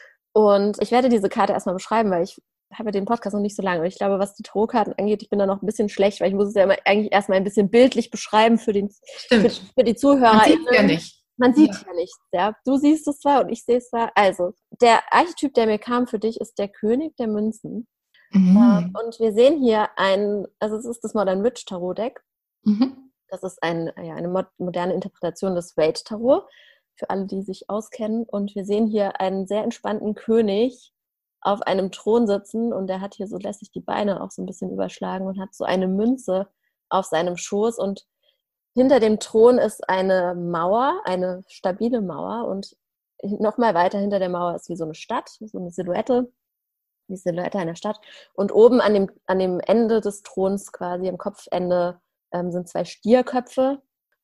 Und ich werde diese Karte erstmal beschreiben, weil ich habe den Podcast noch nicht so lange. Und ich glaube, was die Tarotkarten angeht, ich bin da noch ein bisschen schlecht, weil ich muss es ja immer eigentlich erstmal ein bisschen bildlich beschreiben für, den, für, für die Zuhörer. Man sieht ja nicht. Man sieht ja, ja nichts, ja. Du siehst es zwar und ich sehe es zwar. Also, der Archetyp, der mir kam für dich, ist der König der Münzen. Mhm. Und wir sehen hier ein, also es ist das Modern Witch Tarot Deck. Mhm. Das ist ein, ja, eine moderne Interpretation des Waite Tarot, für alle, die sich auskennen. Und wir sehen hier einen sehr entspannten König auf einem Thron sitzen und der hat hier so lässig die Beine auch so ein bisschen überschlagen und hat so eine Münze auf seinem Schoß und hinter dem Thron ist eine Mauer, eine stabile Mauer und nochmal weiter hinter der Mauer ist wie so eine Stadt, so eine Silhouette, die Silhouette einer Stadt und oben an dem, an dem Ende des Throns quasi, am Kopfende, ähm, sind zwei Stierköpfe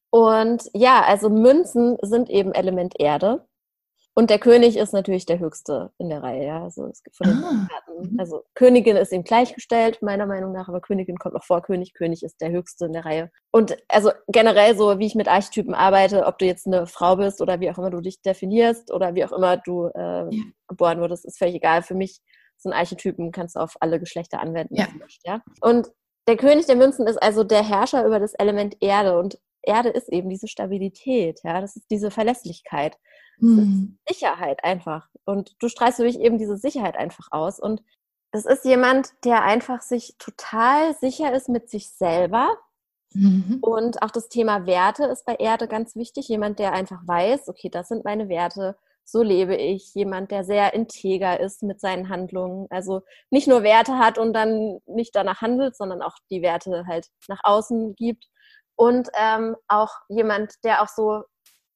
und ja, also Münzen sind eben Element Erde. Und der König ist natürlich der Höchste in der Reihe, ja. Also, es gibt von den ah. Karten, also Königin ist ihm gleichgestellt, meiner Meinung nach, aber Königin kommt noch vor König. König ist der Höchste in der Reihe. Und also generell so, wie ich mit Archetypen arbeite, ob du jetzt eine Frau bist oder wie auch immer du dich definierst oder wie auch immer du äh, ja. geboren wurdest, ist völlig egal. Für mich sind Archetypen, kannst du auf alle Geschlechter anwenden. Ja. Ja? Und der König der Münzen ist also der Herrscher über das Element Erde und Erde ist eben diese Stabilität, ja, das ist diese Verlässlichkeit. Das ist Sicherheit einfach. Und du strahlst durch eben diese Sicherheit einfach aus. Und das ist jemand, der einfach sich total sicher ist mit sich selber. Mhm. Und auch das Thema Werte ist bei Erde ganz wichtig. Jemand, der einfach weiß, okay, das sind meine Werte, so lebe ich. Jemand, der sehr integer ist mit seinen Handlungen. Also nicht nur Werte hat und dann nicht danach handelt, sondern auch die Werte halt nach außen gibt. Und ähm, auch jemand, der auch so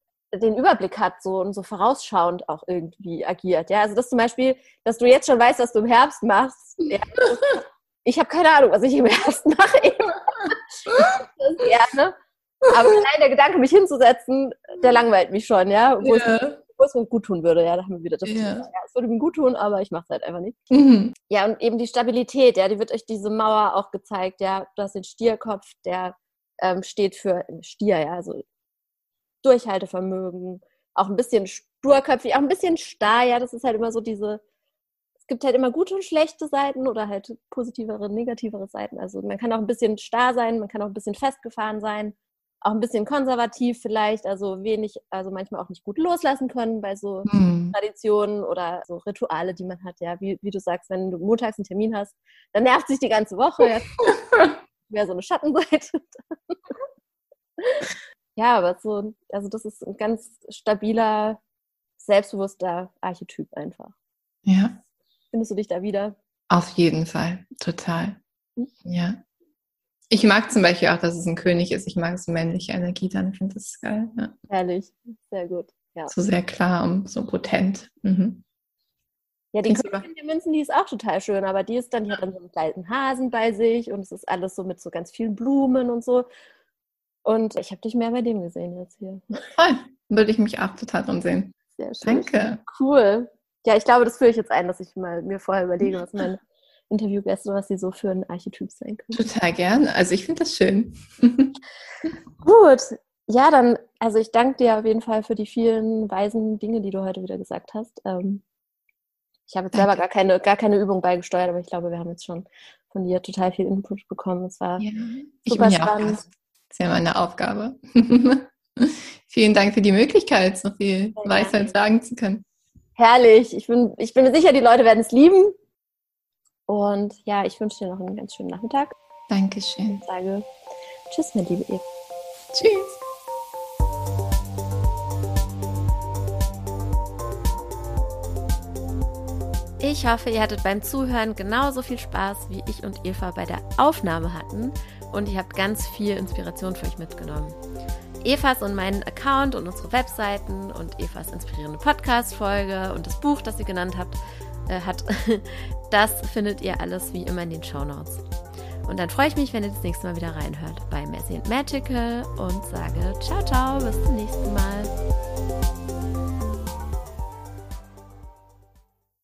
den Überblick hat so und so vorausschauend auch irgendwie agiert. Ja, also das zum Beispiel, dass du jetzt schon weißt, was du im Herbst machst. Ja, ich habe keine Ahnung, was ich im Herbst mache. Eben. Das gerne. Aber allein der Gedanke, mich hinzusetzen, der langweilt mich schon, ja. Wo, yeah. es, wo es mir gut tun würde, ja, da haben wir wieder das yeah. Thema. Ja, es würde mir gut tun, aber ich mache es halt einfach nicht. Mhm. Ja, und eben die Stabilität, ja, die wird euch diese Mauer auch gezeigt, ja. Du hast den Stierkopf, der ähm, steht für Stier, ja, also Durchhaltevermögen, auch ein bisschen sturköpfig, auch ein bisschen starr, ja, das ist halt immer so diese, es gibt halt immer gute und schlechte Seiten oder halt positivere, negativere Seiten, also man kann auch ein bisschen starr sein, man kann auch ein bisschen festgefahren sein, auch ein bisschen konservativ vielleicht, also wenig, also manchmal auch nicht gut loslassen können bei so hm. Traditionen oder so Rituale, die man hat, ja, wie, wie du sagst, wenn du montags einen Termin hast, dann nervt sich die ganze Woche, ja, wäre so eine Schattenseite. Ja, aber so, also das ist ein ganz stabiler, selbstbewusster Archetyp einfach. Ja. Findest du dich da wieder? Auf jeden Fall, total. Hm? Ja. Ich mag zum Beispiel auch, dass es ein König ist. Ich mag so männliche Energie dann. Ich finde das geil. Ja. Herrlich, sehr gut. Ja. So sehr klar und so potent. Mhm. Ja, die Königin der Münzen, die ist auch total schön, aber die ist dann, die hat dann so einen kleinen Hasen bei sich und es ist alles so mit so ganz vielen Blumen und so. Und ich habe dich mehr bei dem gesehen jetzt hier. Voll. Würde ich mich auch total drin sehen. Sehr schön. Danke. Cool. Ja, ich glaube, das führe ich jetzt ein, dass ich mal mir vorher überlege, was meine Interviewgäste, was sie so für ein Archetyp sein können. Total gerne. Also ich finde das schön. Gut. Ja, dann, also ich danke dir auf jeden Fall für die vielen weisen Dinge, die du heute wieder gesagt hast. Ähm, ich habe jetzt danke. selber gar keine, gar keine Übung beigesteuert, aber ich glaube, wir haben jetzt schon von dir total viel Input bekommen. Es war ja, super spannend. Das ist ja meine Aufgabe. Vielen Dank für die Möglichkeit, so viel Sehr Weisheit gerne. sagen zu können. Herrlich. Ich bin, ich bin mir sicher, die Leute werden es lieben. Und ja, ich wünsche dir noch einen ganz schönen Nachmittag. Dankeschön. Und sage Tschüss, meine liebe Eva. Tschüss. Ich hoffe, ihr hattet beim Zuhören genauso viel Spaß, wie ich und Eva bei der Aufnahme hatten. Und ihr habt ganz viel Inspiration für euch mitgenommen. Evas und meinen Account und unsere Webseiten und Evas inspirierende Podcast-Folge und das Buch, das sie genannt habt, äh, hat, das findet ihr alles wie immer in den Shownotes. Und dann freue ich mich, wenn ihr das nächste Mal wieder reinhört bei Messy and Magical und sage ciao, ciao, bis zum nächsten Mal.